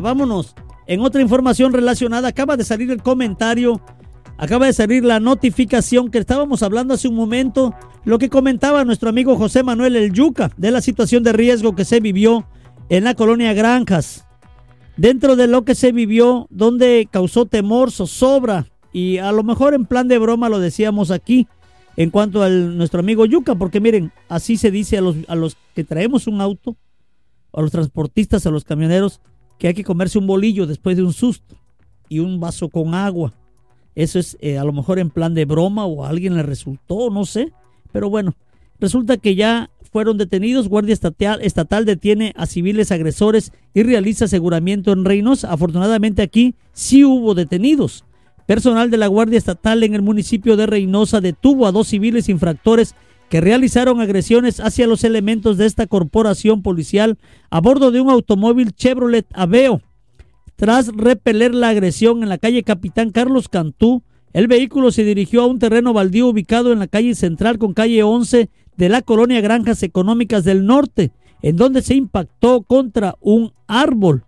acaba de salir el comentario, acaba de salir la notificación que estábamos hablando hace un momento, lo que comentaba nuestro amigo José Manuel El Yuca, de la situación de riesgo que se vivió en la colonia Granjas. Dentro de lo que se vivió, donde causó temor, zozobra, y a lo mejor en plan de broma lo decíamos aquí, en cuanto a nuestro amigo Yuca, porque miren, así se dice a los que traemos un auto, a los transportistas, a los camioneros, que hay que comerse un bolillo después de un susto y un vaso con agua. Eso es a lo mejor en plan de broma o a alguien le resultó, no sé. Pero bueno, resulta que ya fueron detenidos. Guardia Estatal detiene a civiles agresores y realiza aseguramiento en Reynosa. Afortunadamente aquí sí hubo detenidos. Personal de la Guardia Estatal en el municipio de Reynosa detuvo a 2 civiles infractores que realizaron agresiones hacia los elementos de esta corporación policial a bordo de un automóvil Chevrolet Aveo. Tras repeler la agresión en la calle Capitán Carlos Cantú, el vehículo se dirigió a un terreno baldío ubicado en la calle central con calle 11 de la colonia Granjas Económicas del Norte, en donde se impactó contra un árbol.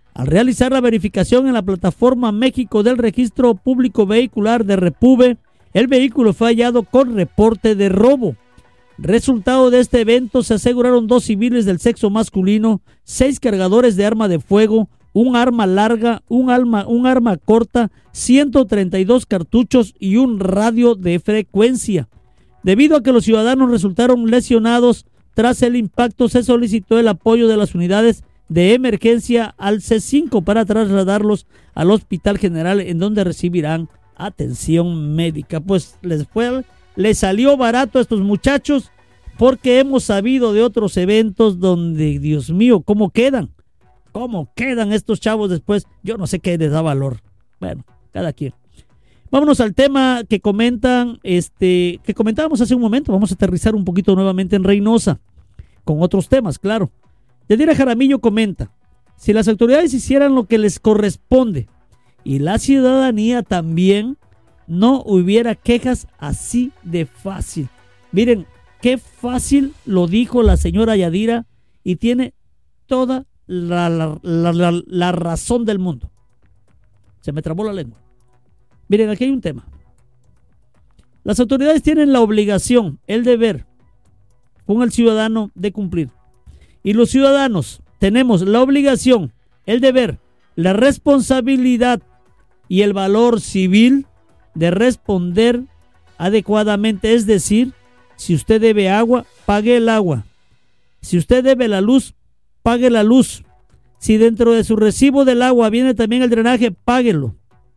Al realizar la verificación en la plataforma México del Registro Público Vehicular de Repube, el vehículo fue hallado con reporte de robo. Resultado de este evento, se aseguraron 2 civiles del sexo masculino, 6 cargadores de arma de fuego, un arma larga, un arma corta, 132 cartuchos y un radio de frecuencia. Debido a que los ciudadanos resultaron lesionados tras el impacto, se solicitó el apoyo de las unidades de emergencia al C5 para trasladarlos al Hospital General, en donde recibirán atención médica. Pues les salió barato a estos muchachos, porque hemos sabido de otros eventos donde, Dios mío, ¿cómo quedan estos chavos después? Yo no sé qué les da valor. Bueno, cada quien. Vámonos al tema que comentábamos hace un momento. Vamos a aterrizar un poquito nuevamente en Reynosa, con otros temas, claro. Yadira Jaramillo comenta: si las autoridades hicieran lo que les corresponde y la ciudadanía también, no hubiera quejas así de fácil. Miren, qué fácil lo dijo la señora Yadira, y tiene toda la razón del mundo. Se me trabó la lengua. Miren, aquí hay un tema. Las autoridades tienen la obligación, el deber con el ciudadano de cumplir. Y los ciudadanos tenemos la obligación, el deber, la responsabilidad y el valor civil de responder adecuadamente. Es decir, si usted debe agua, pague el agua. Si usted debe la luz, pague la luz. Si dentro de su recibo del agua viene también el drenaje, páguelo.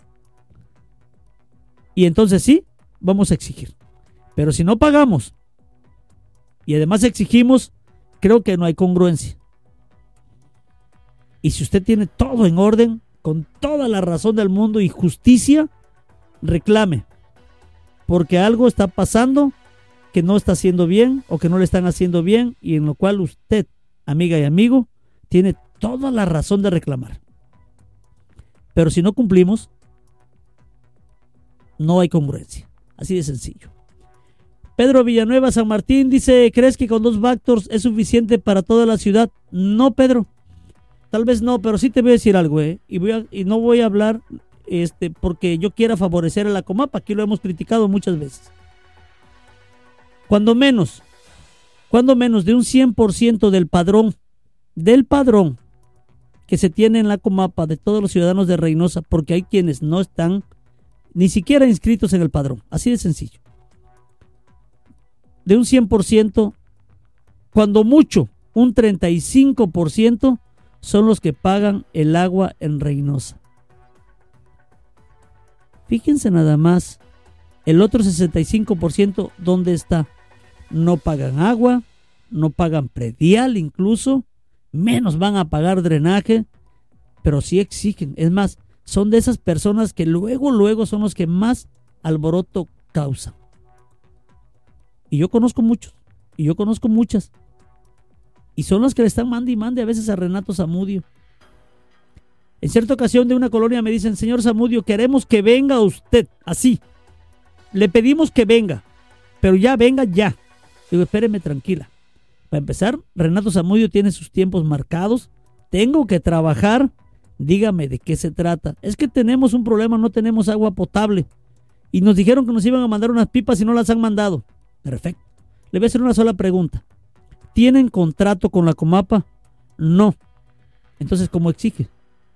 Y entonces sí, vamos a exigir. Pero si no pagamos y además exigimos, creo que no hay congruencia. Y si usted tiene todo en orden, con toda la razón del mundo y justicia, reclame. Porque algo está pasando que no está haciendo bien, o que no le están haciendo bien, y en lo cual usted, amiga y amigo, tiene toda la razón de reclamar. Pero si no cumplimos, no hay congruencia. Así de sencillo. Pedro Villanueva San Martín dice: ¿crees que con 2 Vactors es suficiente para toda la ciudad? No, Pedro. Tal vez no, pero sí te voy a decir algo, y no voy a hablar porque yo quiera favorecer a la Comapa. Aquí lo hemos criticado muchas veces. Cuando menos de un 100% del padrón que se tiene en la Comapa de todos los ciudadanos de Reynosa, porque hay quienes no están ni siquiera inscritos en el padrón, así de sencillo. De un 100%, cuando mucho, un 35% son los que pagan el agua en Reynosa. Fíjense nada más, el otro 65%, ¿dónde está? No pagan agua, no pagan predial incluso, menos van a pagar drenaje, pero sí exigen. Es más, son de esas personas que luego son los que más alboroto causan. Y yo conozco muchos, y yo conozco muchas, y son las que le están mande y mande a veces a Renato Zamudio. En cierta ocasión de una colonia me dicen: señor Zamudio, queremos que venga usted, así, le pedimos que venga, pero ya venga ya. Digo: espéreme, tranquila. Para empezar, Renato Zamudio tiene sus tiempos marcados, tengo que trabajar. Dígame de qué se trata. Es que tenemos un problema, no tenemos agua potable, y nos dijeron que nos iban a mandar unas pipas y no las han mandado. Perfecto. Le voy a hacer una sola pregunta: ¿tienen contrato con la Comapa? No. Entonces, ¿cómo exige?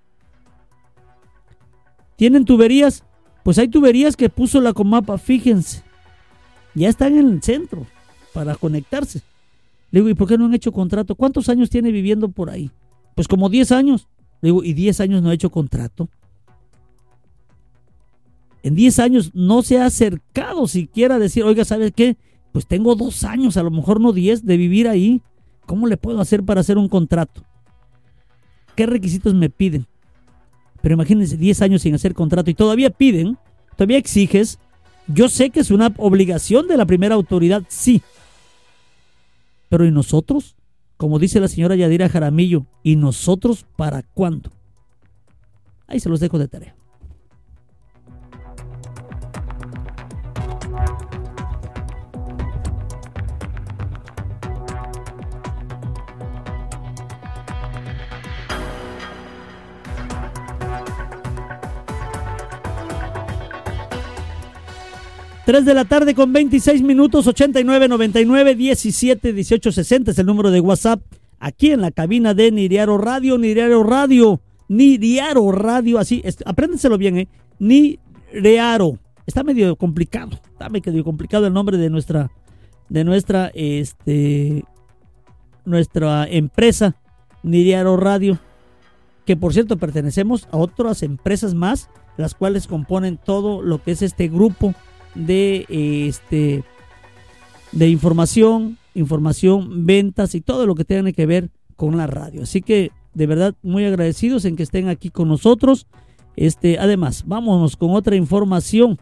¿Tienen tuberías? Pues hay tuberías que puso la Comapa, fíjense. Ya están en el centro para conectarse. Le digo: ¿y por qué no han hecho contrato? ¿Cuántos años tiene viviendo por ahí? Pues como 10 años. Le digo: ¿y 10 años no ha hecho contrato? En 10 años no se ha acercado siquiera a decir: oiga, ¿sabes qué? Pues tengo 2 años, a lo mejor no 10, de vivir ahí. ¿Cómo le puedo hacer para hacer un contrato? ¿Qué requisitos me piden? Pero imagínense, 10 años sin hacer contrato y todavía piden, todavía exiges. Yo sé que es una obligación de la primera autoridad, sí. Pero ¿y nosotros? Como dice la señora Yadira Jaramillo, ¿y nosotros para cuándo? Ahí se los dejo de tarea. 3 de la tarde con 26 minutos, 8999-171860 es el número de WhatsApp aquí en la cabina de Niriaro Radio, así, apréndenselo bien, Niriaro. Está medio complicado el nombre de nuestra empresa, Niriaro Radio, que por cierto pertenecemos a otras empresas más, las cuales componen todo lo que es este grupo de información, ventas y todo lo que tenga que ver con la radio. Así que de verdad muy agradecidos en que estén aquí con nosotros. Además, vámonos con otra información.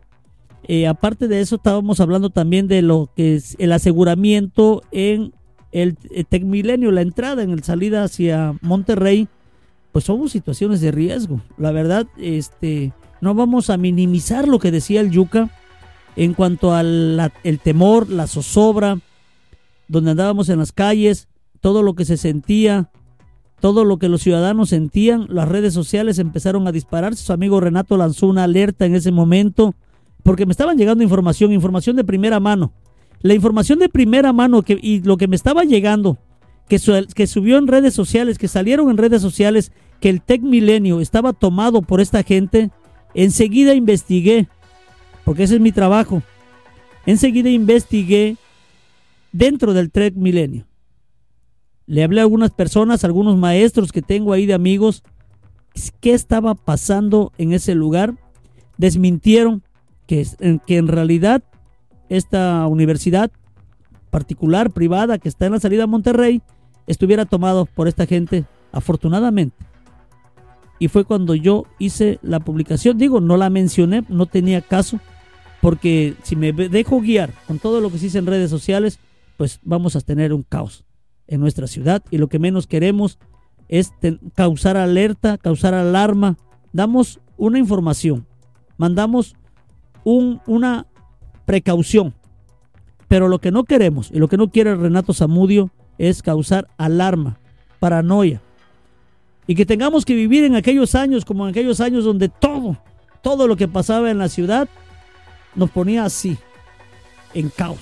Aparte de eso, estábamos hablando también de lo que es el aseguramiento en el Tecmilenio, la entrada en el salida hacia Monterrey. Pues hubo situaciones de riesgo. La verdad, no vamos a minimizar lo que decía el Yuca en cuanto al el temor, la zozobra, donde andábamos en las calles, todo lo que se sentía, todo lo que los ciudadanos sentían. Las redes sociales empezaron a dispararse. Su amigo Renato lanzó una alerta en ese momento, porque me estaban llegando información de primera mano. La información de primera mano y lo que me estaba llegando, que subió en redes sociales, que salieron en redes sociales, que el Tecmilenio estaba tomado por esta gente. Enseguida investigué, porque ese es mi trabajo. Enseguida investigué dentro del Tecmilenio. Le hablé a algunas personas, a algunos maestros que tengo ahí de amigos, qué estaba pasando en ese lugar. Desmintieron que en realidad esta universidad particular, privada, que está en la salida a Monterrey, estuviera tomado por esta gente, afortunadamente. Y fue cuando yo hice la publicación. Digo, no la mencioné, no tenía caso, porque si me dejo guiar con todo lo que se dice en redes sociales, pues vamos a tener un caos en nuestra ciudad, y lo que menos queremos es causar alerta, causar alarma. Damos una información, mandamos una precaución, pero lo que no queremos y lo que no quiere Renato Zamudio es causar alarma, paranoia, y que tengamos que vivir en aquellos años, como en aquellos años donde todo lo que pasaba en la ciudad nos ponía así, en caos.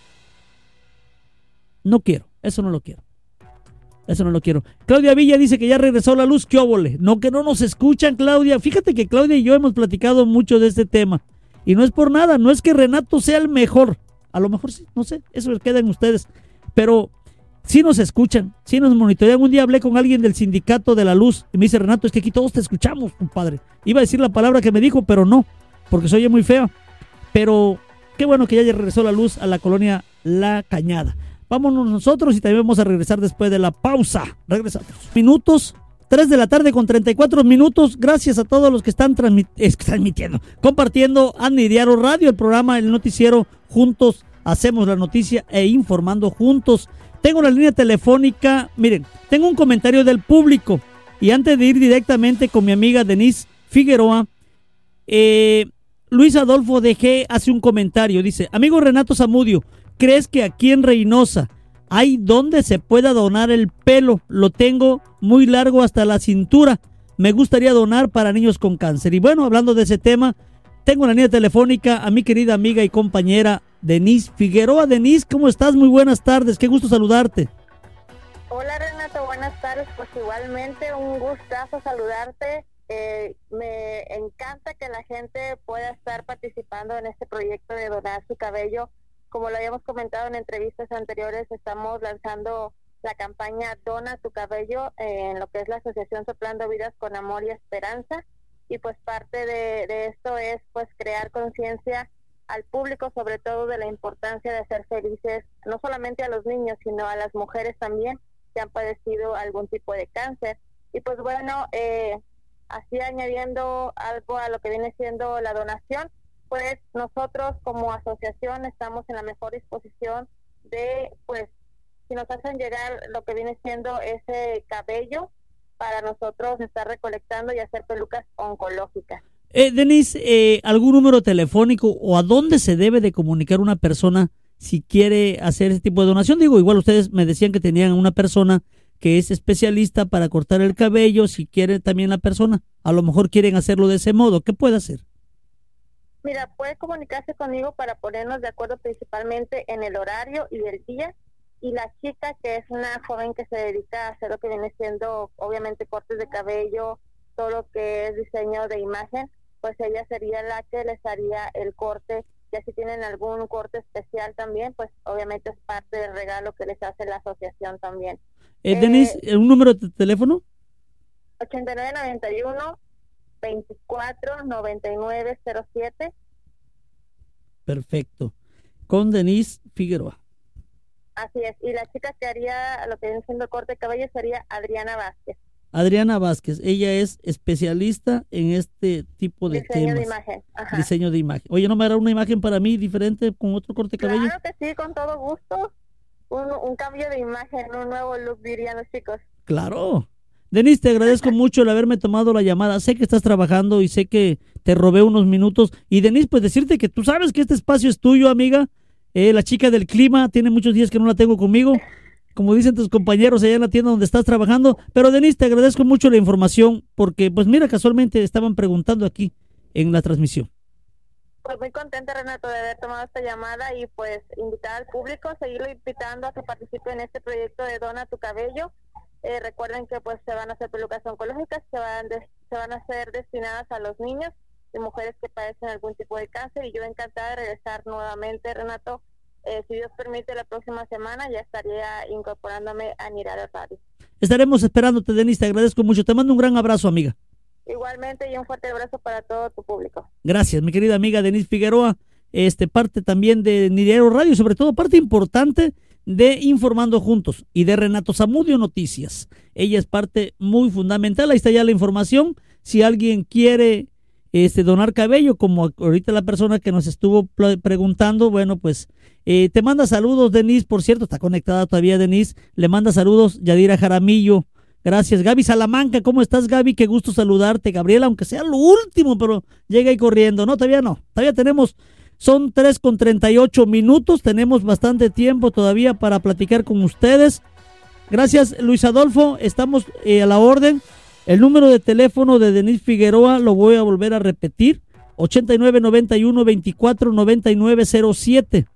No quiero, eso no lo quiero. Claudia Villa dice que ya regresó la luz. ¿Qué óvole? No, que no nos escuchan, Claudia. Fíjate que Claudia y yo hemos platicado mucho de este tema, y no es por nada, no es que Renato sea el mejor, a lo mejor sí, no sé, eso queda en ustedes, pero sí nos escuchan, sí nos monitorean. Un día hablé con alguien del sindicato de la luz y me dice: Renato, es que aquí todos te escuchamos, compadre. Iba a decir la palabra que me dijo, pero no, porque se oye muy fea. Pero qué bueno que ya regresó la luz a la colonia La Cañada. Vámonos nosotros y también vamos a regresar después de la pausa. Regresamos. 3 de la tarde con 34 minutos. Gracias a todos los que están transmitiendo, compartiendo a Niriaro Radio, el programa, el noticiero. Juntos hacemos la noticia e informando juntos. Tengo la línea telefónica. Miren, tengo un comentario del público. Y antes de ir directamente con mi amiga Denise Figueroa, Luis Adolfo DG hace un comentario. Dice: amigo Renato Zamudio, ¿crees que aquí en Reynosa hay donde se pueda donar el pelo? Lo tengo muy largo hasta la cintura. Me gustaría donar para niños con cáncer. Y bueno, hablando de ese tema, tengo en la línea telefónica a mi querida amiga y compañera Denise Figueroa. Denise, ¿cómo estás? Muy buenas tardes, qué gusto saludarte. Hola Renato, buenas tardes. Pues igualmente un gustazo saludarte. Me encanta que la gente pueda estar participando en este proyecto de donar su cabello. Como lo habíamos comentado en entrevistas anteriores, estamos lanzando la campaña Dona tu cabello en lo que es la Asociación Soplando Vidas con Amor y Esperanza, y pues parte de esto es pues crear conciencia al público, sobre todo de la importancia de hacer felices no solamente a los niños, sino a las mujeres también que han padecido algún tipo de cáncer. Y pues bueno, así añadiendo algo a lo que viene siendo la donación, pues nosotros como asociación estamos en la mejor disposición de, pues, si nos hacen llegar lo que viene siendo ese cabello, para nosotros estar recolectando y hacer pelucas oncológicas. Denise, ¿algún número telefónico o a dónde se debe de comunicar una persona si quiere hacer ese tipo de donación? Digo, igual ustedes me decían que tenían una persona que es especialista para cortar el cabello. Si quiere también la persona, a lo mejor quieren hacerlo de ese modo, ¿qué puede hacer? Mira, puede comunicarse conmigo para ponernos de acuerdo principalmente en el horario y el día. Y la chica, que es una joven que se dedica a hacer lo que viene siendo, obviamente, cortes de cabello, todo lo que es diseño de imagen, pues ella sería la que les haría el corte. Ya si tienen algún corte especial también, pues obviamente es parte del regalo que les hace la asociación también. Denise, ¿un número de teléfono? 8991-249907. Perfecto. Con Denise Figueroa. Así es. Y la chica que haría lo que viene siendo corte de cabello sería Adriana Vázquez. Adriana Vázquez, ella es especialista en este tipo de Diseño temas. de imagen. Ajá. Diseño de imagen. Oye, ¿no me hará una imagen para mí diferente con otro corte de cabello? Claro que sí, con todo gusto. Un cambio de imagen, un nuevo look, dirían los chicos. Claro. Denise, te agradezco mucho el haberme tomado la llamada. Sé que estás trabajando y sé que te robé unos minutos. Y Denise, pues decirte que tú sabes que este espacio es tuyo, amiga. La chica del clima, tiene muchos días que no la tengo conmigo. Como dicen tus compañeros allá en la tienda donde estás trabajando. Pero Denise, te agradezco mucho la información porque, pues mira, casualmente estaban preguntando aquí en la transmisión. Pues muy contenta, Renato, de haber tomado esta llamada y pues invitar al público, seguirlo invitando a que participe en este proyecto de Dona tu Cabello. Recuerden que pues se van a hacer pelucas oncológicas, se van a ser destinadas a los niños y mujeres que padecen algún tipo de cáncer, y yo encantada de regresar nuevamente, Renato. Si Dios permite, la próxima semana ya estaría incorporándome a Nirara Radio. Estaremos esperándote, Denise, te agradezco mucho. Te mando un gran abrazo, amiga. Igualmente, y un fuerte abrazo para todo tu público. Gracias, mi querida amiga Denise Figueroa, parte también de Nirara Radio, sobre todo parte importante de Informando Juntos y de Renato Zamudio Noticias. Ella es parte muy fundamental. Ahí está ya la información. Si alguien quiere donar cabello, como ahorita la persona que nos estuvo preguntando, bueno, pues te manda saludos, Denise. Por cierto, está conectada todavía Denise. Le manda saludos Yadira Jaramillo. Gracias. Gaby Salamanca, ¿cómo estás, Gaby? Qué gusto saludarte. Gabriela, aunque sea lo último, pero llega ahí corriendo. No, todavía no. Todavía tenemos, son 3:38. Tenemos bastante tiempo todavía para platicar con ustedes. Gracias, Luis Adolfo. Estamos a la orden. El número de teléfono de Denise Figueroa lo voy a volver a repetir. 8991-249907.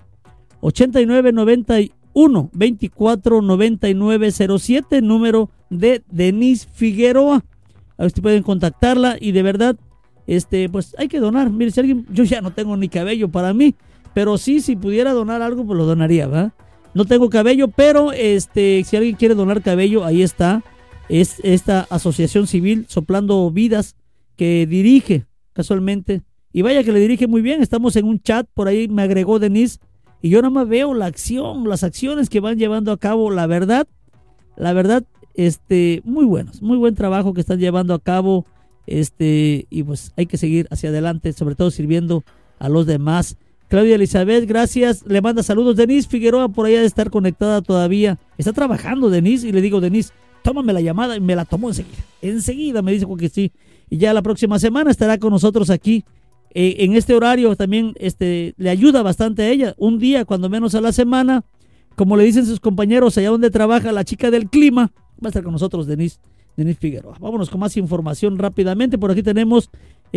8991-249907, número de Denise Figueroa. A ver si pueden contactarla y de verdad, pues hay que donar. Mire, si alguien, yo ya no tengo ni cabello para mí, pero sí, si pudiera donar algo, pues lo donaría, ¿verdad? No tengo cabello, pero si alguien quiere donar cabello, ahí está. Es esta asociación civil Soplando Vidas que dirige casualmente, y vaya que le dirige muy bien. Estamos en un chat, por ahí me agregó Denise, y yo nada más veo las acciones que van llevando a cabo. La verdad, muy buenos, muy buen trabajo que están llevando a cabo, y pues hay que seguir hacia adelante, sobre todo sirviendo a los demás. Claudia Elizabeth, gracias, le manda saludos. Denise Figueroa por allá de estar conectada todavía, está trabajando Denise, y le digo, Denise, tómame la llamada, y me la tomó enseguida me dice que sí, y ya la próxima semana estará con nosotros aquí, en este horario. También le ayuda bastante a ella, un día cuando menos a la semana, como le dicen sus compañeros allá donde trabaja, la chica del clima. Va a estar con nosotros Denise Figueroa. Vámonos con más información rápidamente. Por aquí tenemos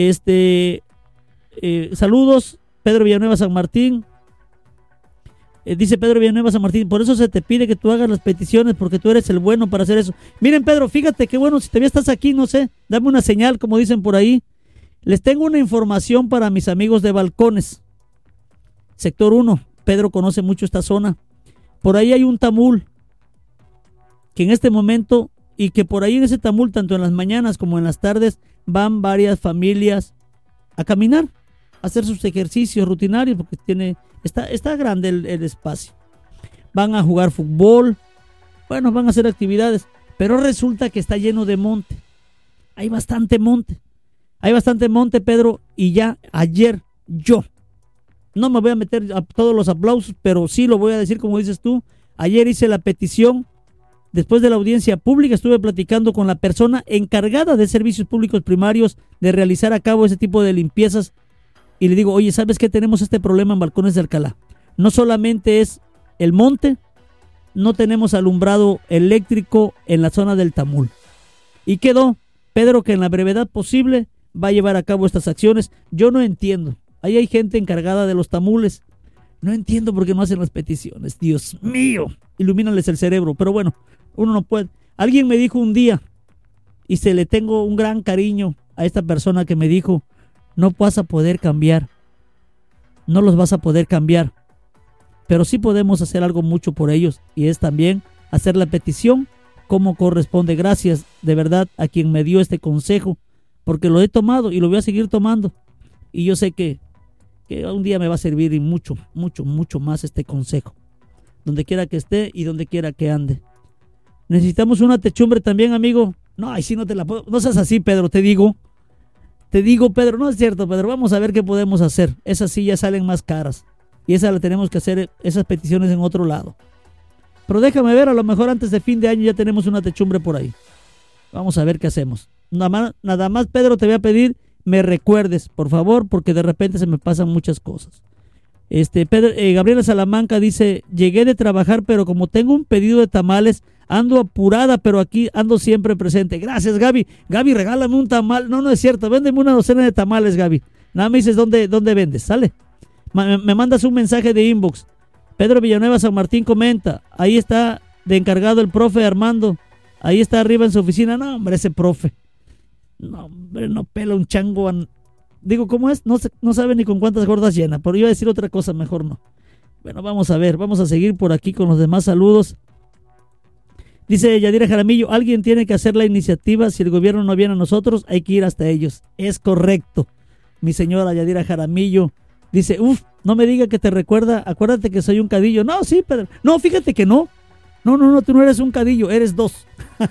saludos. Pedro Villanueva San Martín. Dice Pedro Villanueva San Martín, por eso se te pide que tú hagas las peticiones, porque tú eres el bueno para hacer eso. Miren, Pedro, fíjate qué bueno, si todavía estás aquí, no sé, dame una señal, como dicen por ahí. Les tengo una información para mis amigos de Balcones. Sector 1, Pedro conoce mucho esta zona. Por ahí hay un tamul, que en este momento, y que por ahí en ese tamul, tanto en las mañanas como en las tardes, van varias familias a caminar, a hacer sus ejercicios rutinarios, porque está grande el espacio. Van a jugar fútbol, bueno, van a hacer actividades, pero resulta que está lleno de monte. Hay bastante monte, Pedro, y ya ayer yo, no me voy a meter a todos los aplausos, pero sí lo voy a decir como dices tú, ayer hice la petición. Después de la audiencia pública estuve platicando con la persona encargada de servicios públicos primarios de realizar a cabo ese tipo de limpiezas. Y le digo, oye, ¿sabes qué? Tenemos este problema en Balcones de Alcalá. No solamente es el monte, no tenemos alumbrado eléctrico en la zona del Tamul. Y quedó, Pedro, que en la brevedad posible va a llevar a cabo estas acciones. Yo no entiendo Ahí hay gente encargada de los tamules. No entiendo por qué no hacen las peticiones. Dios mío, ilumínales el cerebro. Pero bueno, uno no puede. Alguien me dijo un día, y se le tengo un gran cariño a esta persona que me dijo, no vas a poder cambiar. No los vas a poder cambiar. Pero sí podemos hacer algo mucho por ellos. Y es también hacer la petición como corresponde. Gracias de verdad a quien me dio este consejo, porque lo he tomado y lo voy a seguir tomando. Y yo sé que un día me va a servir y mucho, mucho, mucho más este consejo. Donde quiera que esté y donde quiera que ande. Necesitamos una techumbre también, amigo. No, ahí sí no te la puedo. No seas así, Pedro, te digo, Pedro, no es cierto, Pedro. Vamos a ver qué podemos hacer. Esas sí ya salen más caras. Y esas la tenemos que hacer, esas peticiones en otro lado. Pero déjame ver, a lo mejor antes de fin de año ya tenemos una techumbre por ahí. Vamos a ver qué hacemos. Nada más, Pedro, te voy a pedir, me recuerdes, por favor, porque de repente se me pasan muchas cosas. Gabriela Salamanca dice, llegué de trabajar, pero como tengo un pedido de tamales, ando apurada, pero aquí ando siempre presente. Gracias, Gaby. Gaby, regálame un tamal. No es cierto, véndeme una docena de tamales, Gaby. Nada me dices dónde vendes, ¿sale? Me mandas un mensaje de inbox. Pedro Villanueva San Martín comenta, ahí está de encargado el profe Armando, ahí está arriba en su oficina. No, hombre, ese profe, no, hombre, no pela un chango. Digo, ¿cómo es? No sabe ni con cuántas gordas llena, pero iba a decir otra cosa, mejor no. Bueno, vamos a ver, vamos a seguir por aquí con los demás saludos. Dice Yadira Jaramillo, alguien tiene que hacer la iniciativa, si el gobierno no viene a nosotros, hay que ir hasta ellos. Es correcto, mi señora Yadira Jaramillo. Dice, no me diga que te recuerda, acuérdate que soy un cadillo. No, sí, pero no, fíjate que no. No, tú no eres un cadillo, eres dos.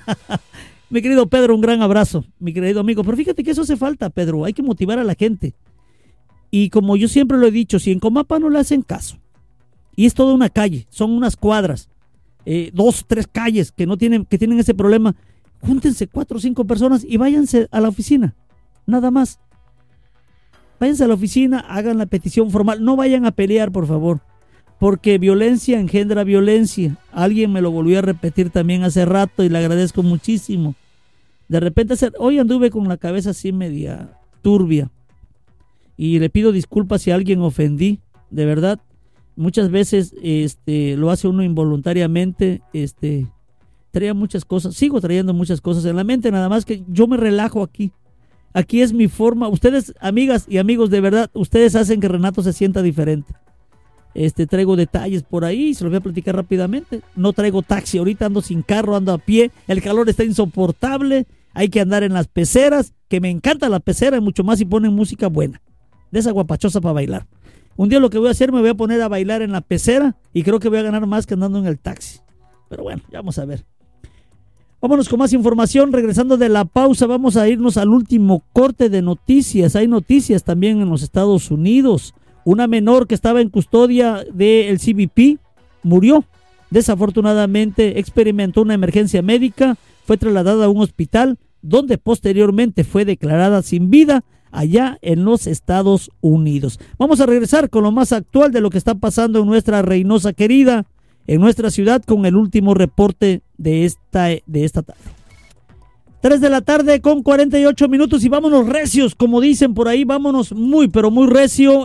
Mi querido Pedro, un gran abrazo, mi querido amigo. Pero fíjate que eso hace falta, Pedro, hay que motivar a la gente. Y como yo siempre lo he dicho, si en Comapa no le hacen caso, y es toda una calle, son unas cuadras, 2, 3 calles que tienen ese problema, júntense 4 o 5 personas y váyanse a la oficina, nada más. Váyanse a la oficina, hagan la petición formal, no vayan a pelear, por favor, porque violencia engendra violencia. Alguien me lo volvió a repetir también hace rato y le agradezco muchísimo. De repente, hoy anduve con la cabeza así media turbia y le pido disculpas si a alguien ofendí, de verdad. Muchas veces lo hace uno involuntariamente, traía muchas cosas, sigo trayendo muchas cosas en la mente, nada más que yo me relajo aquí. Aquí es mi forma. Ustedes, amigas y amigos, de verdad, ustedes hacen que Renato se sienta diferente. Traigo detalles por ahí, se los voy a platicar rápidamente. No traigo taxi, ahorita ando sin carro, ando a pie. El calor está insoportable, hay que andar en las peceras, que me encanta la pecera, y mucho más si ponen música buena, de esa guapachosa para bailar. Un día lo que voy a hacer, me voy a poner a bailar en la pecera y creo que voy a ganar más que andando en el taxi. Pero bueno, ya vamos a ver. Vámonos con más información. Regresando de la pausa, vamos a irnos al último corte de noticias. Hay noticias también en los Estados Unidos. Una menor que estaba en custodia del CBP murió. Desafortunadamente experimentó una emergencia médica, fue trasladada a un hospital donde posteriormente fue declarada sin vida allá en los Estados Unidos. Vamos a regresar con lo más actual de lo que está pasando en nuestra Reynosa querida, en nuestra ciudad, con el último reporte de esta tarde. 3 de la tarde con 48 minutos y vámonos recios, como dicen por ahí, vámonos muy, pero muy recio.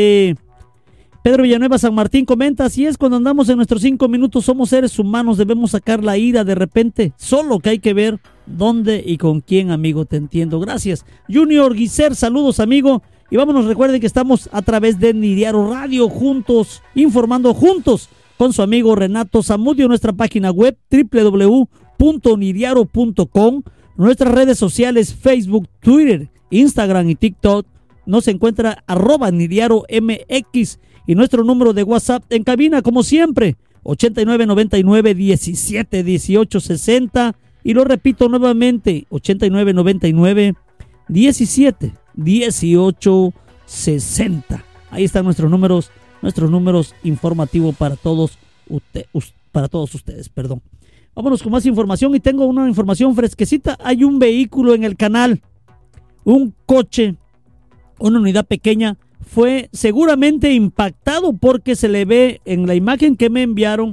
Pedro Villanueva San Martín comenta, así es, cuando andamos en nuestros 5 minutos somos seres humanos, debemos sacar la ira de repente, solo que hay que ver dónde y con quién, amigo, te entiendo. Gracias. Junior Guiser, saludos, amigo. Y vámonos, recuerden que estamos a través de Niriaro Radio, juntos, informando juntos con su amigo Renato Zamudio, nuestra página web www.niriaro.com, nuestras redes sociales Facebook, Twitter, Instagram y TikTok, nos encuentra @niriaromx y nuestro número de WhatsApp en cabina, como siempre, 8999-171860, y lo repito nuevamente, 8999-171860. Ahí están nuestros números informativos para todos ustedes, perdón. Vámonos con más información y tengo una información fresquecita. Hay un vehículo en el canal, un coche, una unidad pequeña, fue seguramente impactado porque se le ve en la imagen que me enviaron,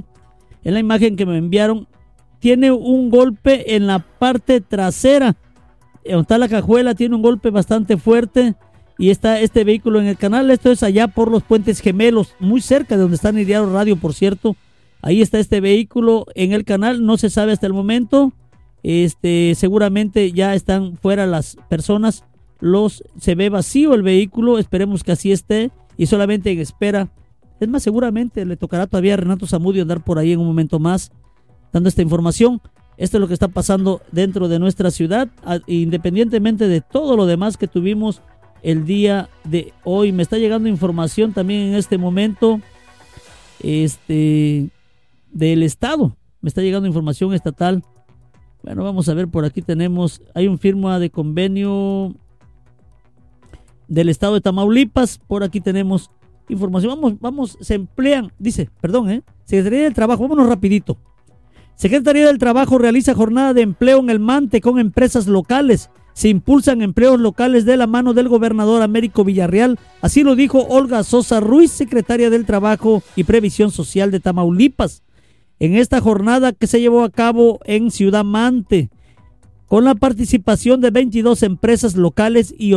tiene un golpe en la parte trasera, donde está la cajuela, tiene un golpe bastante fuerte y está este vehículo en el canal. Esto es allá por los Puentes Gemelos, muy cerca de donde está Nidiaro Radio, por cierto. Ahí está este vehículo en el canal, no se sabe hasta el momento. Seguramente ya están fuera las personas, se ve vacío el vehículo, esperemos que así esté y solamente en espera. Es más, seguramente le tocará todavía a Renato Zamudio andar por ahí en un momento más dando esta información. Esto es lo que está pasando dentro de nuestra ciudad, independientemente de todo lo demás que tuvimos el día de hoy. Me está llegando información también en este momento del estado. Me está llegando información estatal. Bueno, vamos a ver, por aquí tenemos, hay un firma de convenio del estado de Tamaulipas. Por aquí tenemos información. Vamos, se emplean, dice, Secretaría del Trabajo, vámonos rapidito. Secretaría del Trabajo realiza jornada de empleo en el Mante con empresas locales. Se impulsan empleos locales de la mano del gobernador Américo Villarreal. Así lo dijo Olga Sosa Ruiz, secretaria del Trabajo y Previsión Social de Tamaulipas, en esta jornada que se llevó a cabo en Ciudad Mante, con la participación de 22 empresas locales y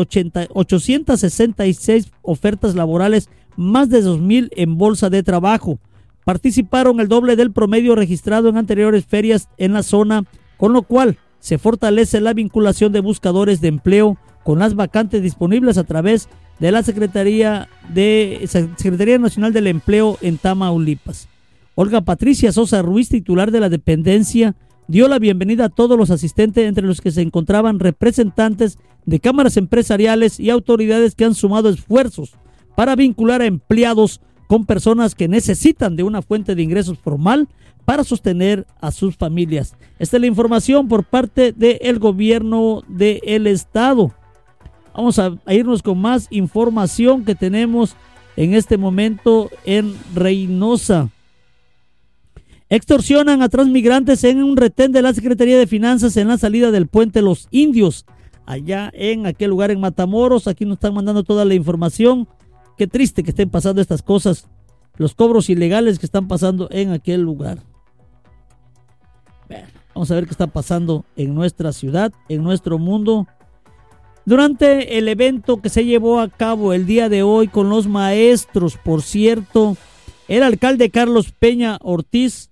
866 ofertas laborales, más de 2,000 en bolsa de trabajo. Participaron el doble del promedio registrado en anteriores ferias en la zona, con lo cual se fortalece la vinculación de buscadores de empleo con las vacantes disponibles a través de la Secretaría Nacional del Empleo en Tamaulipas. Olga Patricia Sosa Ruiz, titular de la dependencia, dio la bienvenida a todos los asistentes, entre los que se encontraban representantes de cámaras empresariales y autoridades que han sumado esfuerzos para vincular a empleados con personas que necesitan de una fuente de ingresos formal para sostener a sus familias. Esta es la información por parte del gobierno del estado. Vamos a irnos con más información que tenemos en este momento en Reynosa. Extorsionan a transmigrantes en un retén de la Secretaría de Finanzas en la salida del puente Los Indios, allá en aquel lugar en Matamoros. Aquí nos están mandando toda la información. Qué triste que estén pasando estas cosas, los cobros ilegales que están pasando en aquel lugar. Bueno, vamos a ver qué está pasando en nuestra ciudad, en nuestro mundo. Durante el evento que se llevó a cabo el día de hoy con los maestros, por cierto, el alcalde Carlos Peña Ortiz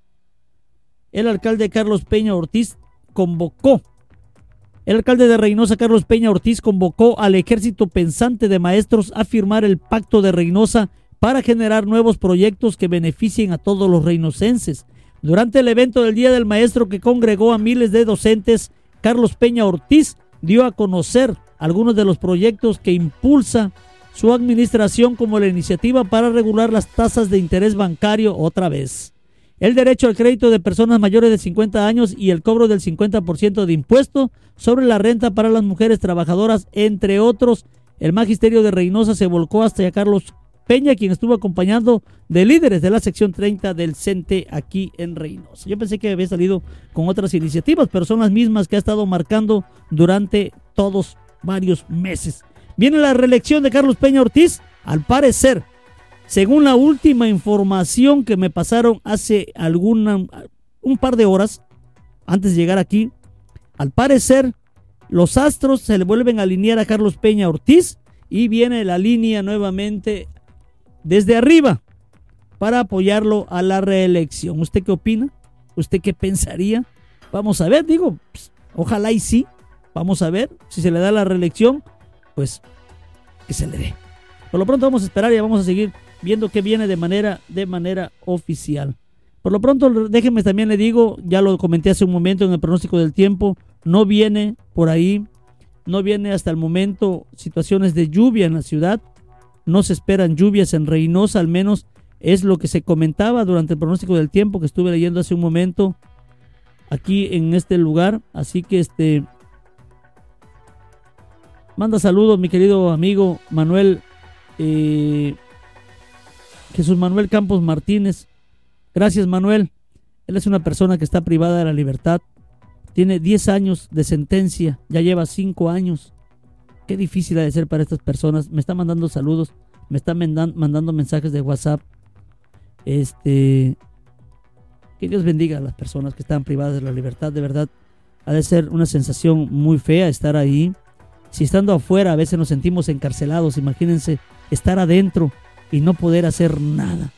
convocó. El alcalde de Reynosa, Carlos Peña Ortiz, convocó al ejército pensante de maestros a firmar el Pacto de Reynosa para generar nuevos proyectos que beneficien a todos los reinosenses. Durante el evento del Día del Maestro, que congregó a miles de docentes, Carlos Peña Ortiz dio a conocer algunos de los proyectos que impulsa su administración, como la iniciativa para regular las tasas de interés bancario otra vez, el derecho al crédito de personas mayores de 50 años y el cobro del 50% de impuesto sobre la renta para las mujeres trabajadoras, entre otros. El magisterio de Reynosa se volcó hasta Carlos Peña, quien estuvo acompañando de líderes de la sección 30 del CENTE aquí en Reynosa. Yo pensé que había salido con otras iniciativas, pero son las mismas que ha estado marcando durante todos varios meses. Viene la reelección de Carlos Peña Ortiz, al parecer, según la última información que me pasaron hace un par de horas antes de llegar aquí. Al parecer, los astros se le vuelven a alinear a Carlos Peña Ortiz y viene la línea nuevamente desde arriba para apoyarlo a la reelección. ¿Usted qué opina? ¿Usted qué pensaría? Vamos a ver, ojalá y sí. Vamos a ver si se le da la reelección, pues que se le dé. Por lo pronto vamos a esperar y vamos a seguir viendo qué viene de manera oficial. Por lo pronto, déjenme también le digo, ya lo comenté hace un momento en el pronóstico del tiempo, no viene por ahí, no viene hasta el momento situaciones de lluvia en la ciudad, no se esperan lluvias en Reynosa, al menos es lo que se comentaba durante el pronóstico del tiempo que estuve leyendo hace un momento aquí en este lugar. Así que manda saludos mi querido amigo Manuel Jesús Manuel Campos Martínez. Gracias, Manuel. Él es una persona que está privada de la libertad. Tiene 10 años de sentencia, ya lleva 5 años. Qué difícil ha de ser para estas personas. Me está mandando saludos, me está mandando mensajes de WhatsApp. Que Dios bendiga a las personas que están privadas de la libertad. De verdad, ha de ser una sensación muy fea estar ahí Si estando afuera a veces nos sentimos encarcelados, imagínense estar adentro y no poder hacer nada.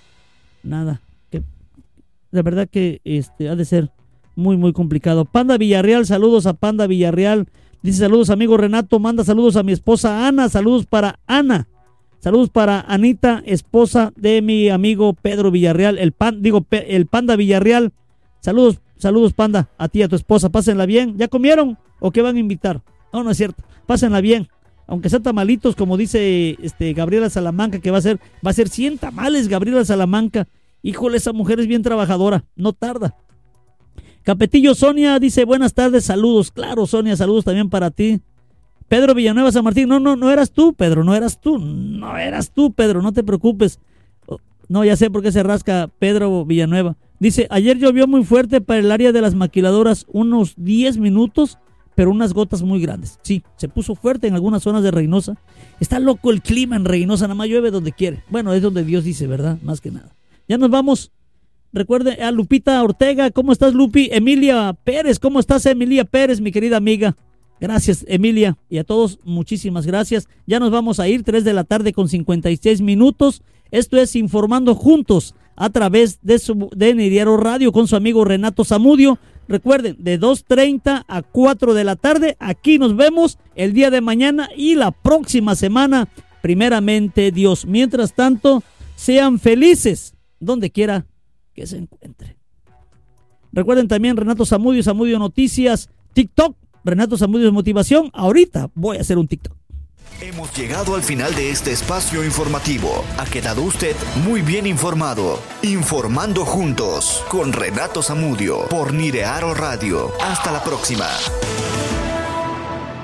La verdad que ha de ser muy, muy complicado. Panda Villarreal, saludos a Panda Villarreal. Dice, saludos amigo Renato, manda saludos a mi esposa Ana, saludos para Ana. Saludos para Anita, esposa de mi amigo Pedro Villarreal, el Panda Villarreal. Saludos Panda, a ti y a tu esposa, pásenla bien. ¿Ya comieron o qué van a invitar? No es cierto, pásenla bien. Aunque sean tamalitos, como dice Gabriela Salamanca, que va a ser 100 tamales Gabriela Salamanca. Híjole, esa mujer es bien trabajadora, no tarda. Capetillo Sonia dice, buenas tardes, saludos. Claro, Sonia, saludos también para ti. Pedro Villanueva San Martín, no eras tú, Pedro, no eras tú, Pedro, no te preocupes. No, ya sé por qué se rasca Pedro Villanueva. Dice, ayer llovió muy fuerte para el área de las maquiladoras, unos 10 minutos, pero unas gotas muy grandes. Sí, se puso fuerte en algunas zonas de Reynosa. Está loco el clima en Reynosa, nada más llueve donde quiere. Bueno, es donde Dios dice, ¿verdad? Más que nada. Ya nos vamos. Recuerde a Lupita Ortega, ¿cómo estás, Lupi? Emilia Pérez, ¿cómo estás, Emilia Pérez, mi querida amiga? Gracias, Emilia, y a todos, muchísimas gracias. Ya nos vamos a ir, 3 de la tarde con 56 minutos. Esto es Informando Juntos a través de Niriaro Radio con su amigo Renato Zamudio. Recuerden, de 2:30 a 4 de la tarde, aquí nos vemos el día de mañana y la próxima semana, primeramente Dios. Mientras tanto, sean felices donde quiera que se encuentre. Recuerden también Renato Zamudio, Zamudio Noticias, TikTok, Renato Zamudio Motivación. Ahorita voy a hacer un TikTok. Hemos llegado al final de este espacio informativo. Ha quedado usted muy bien informado. Informando Juntos con Renato Zamudio por Niriaro Radio. Hasta la próxima.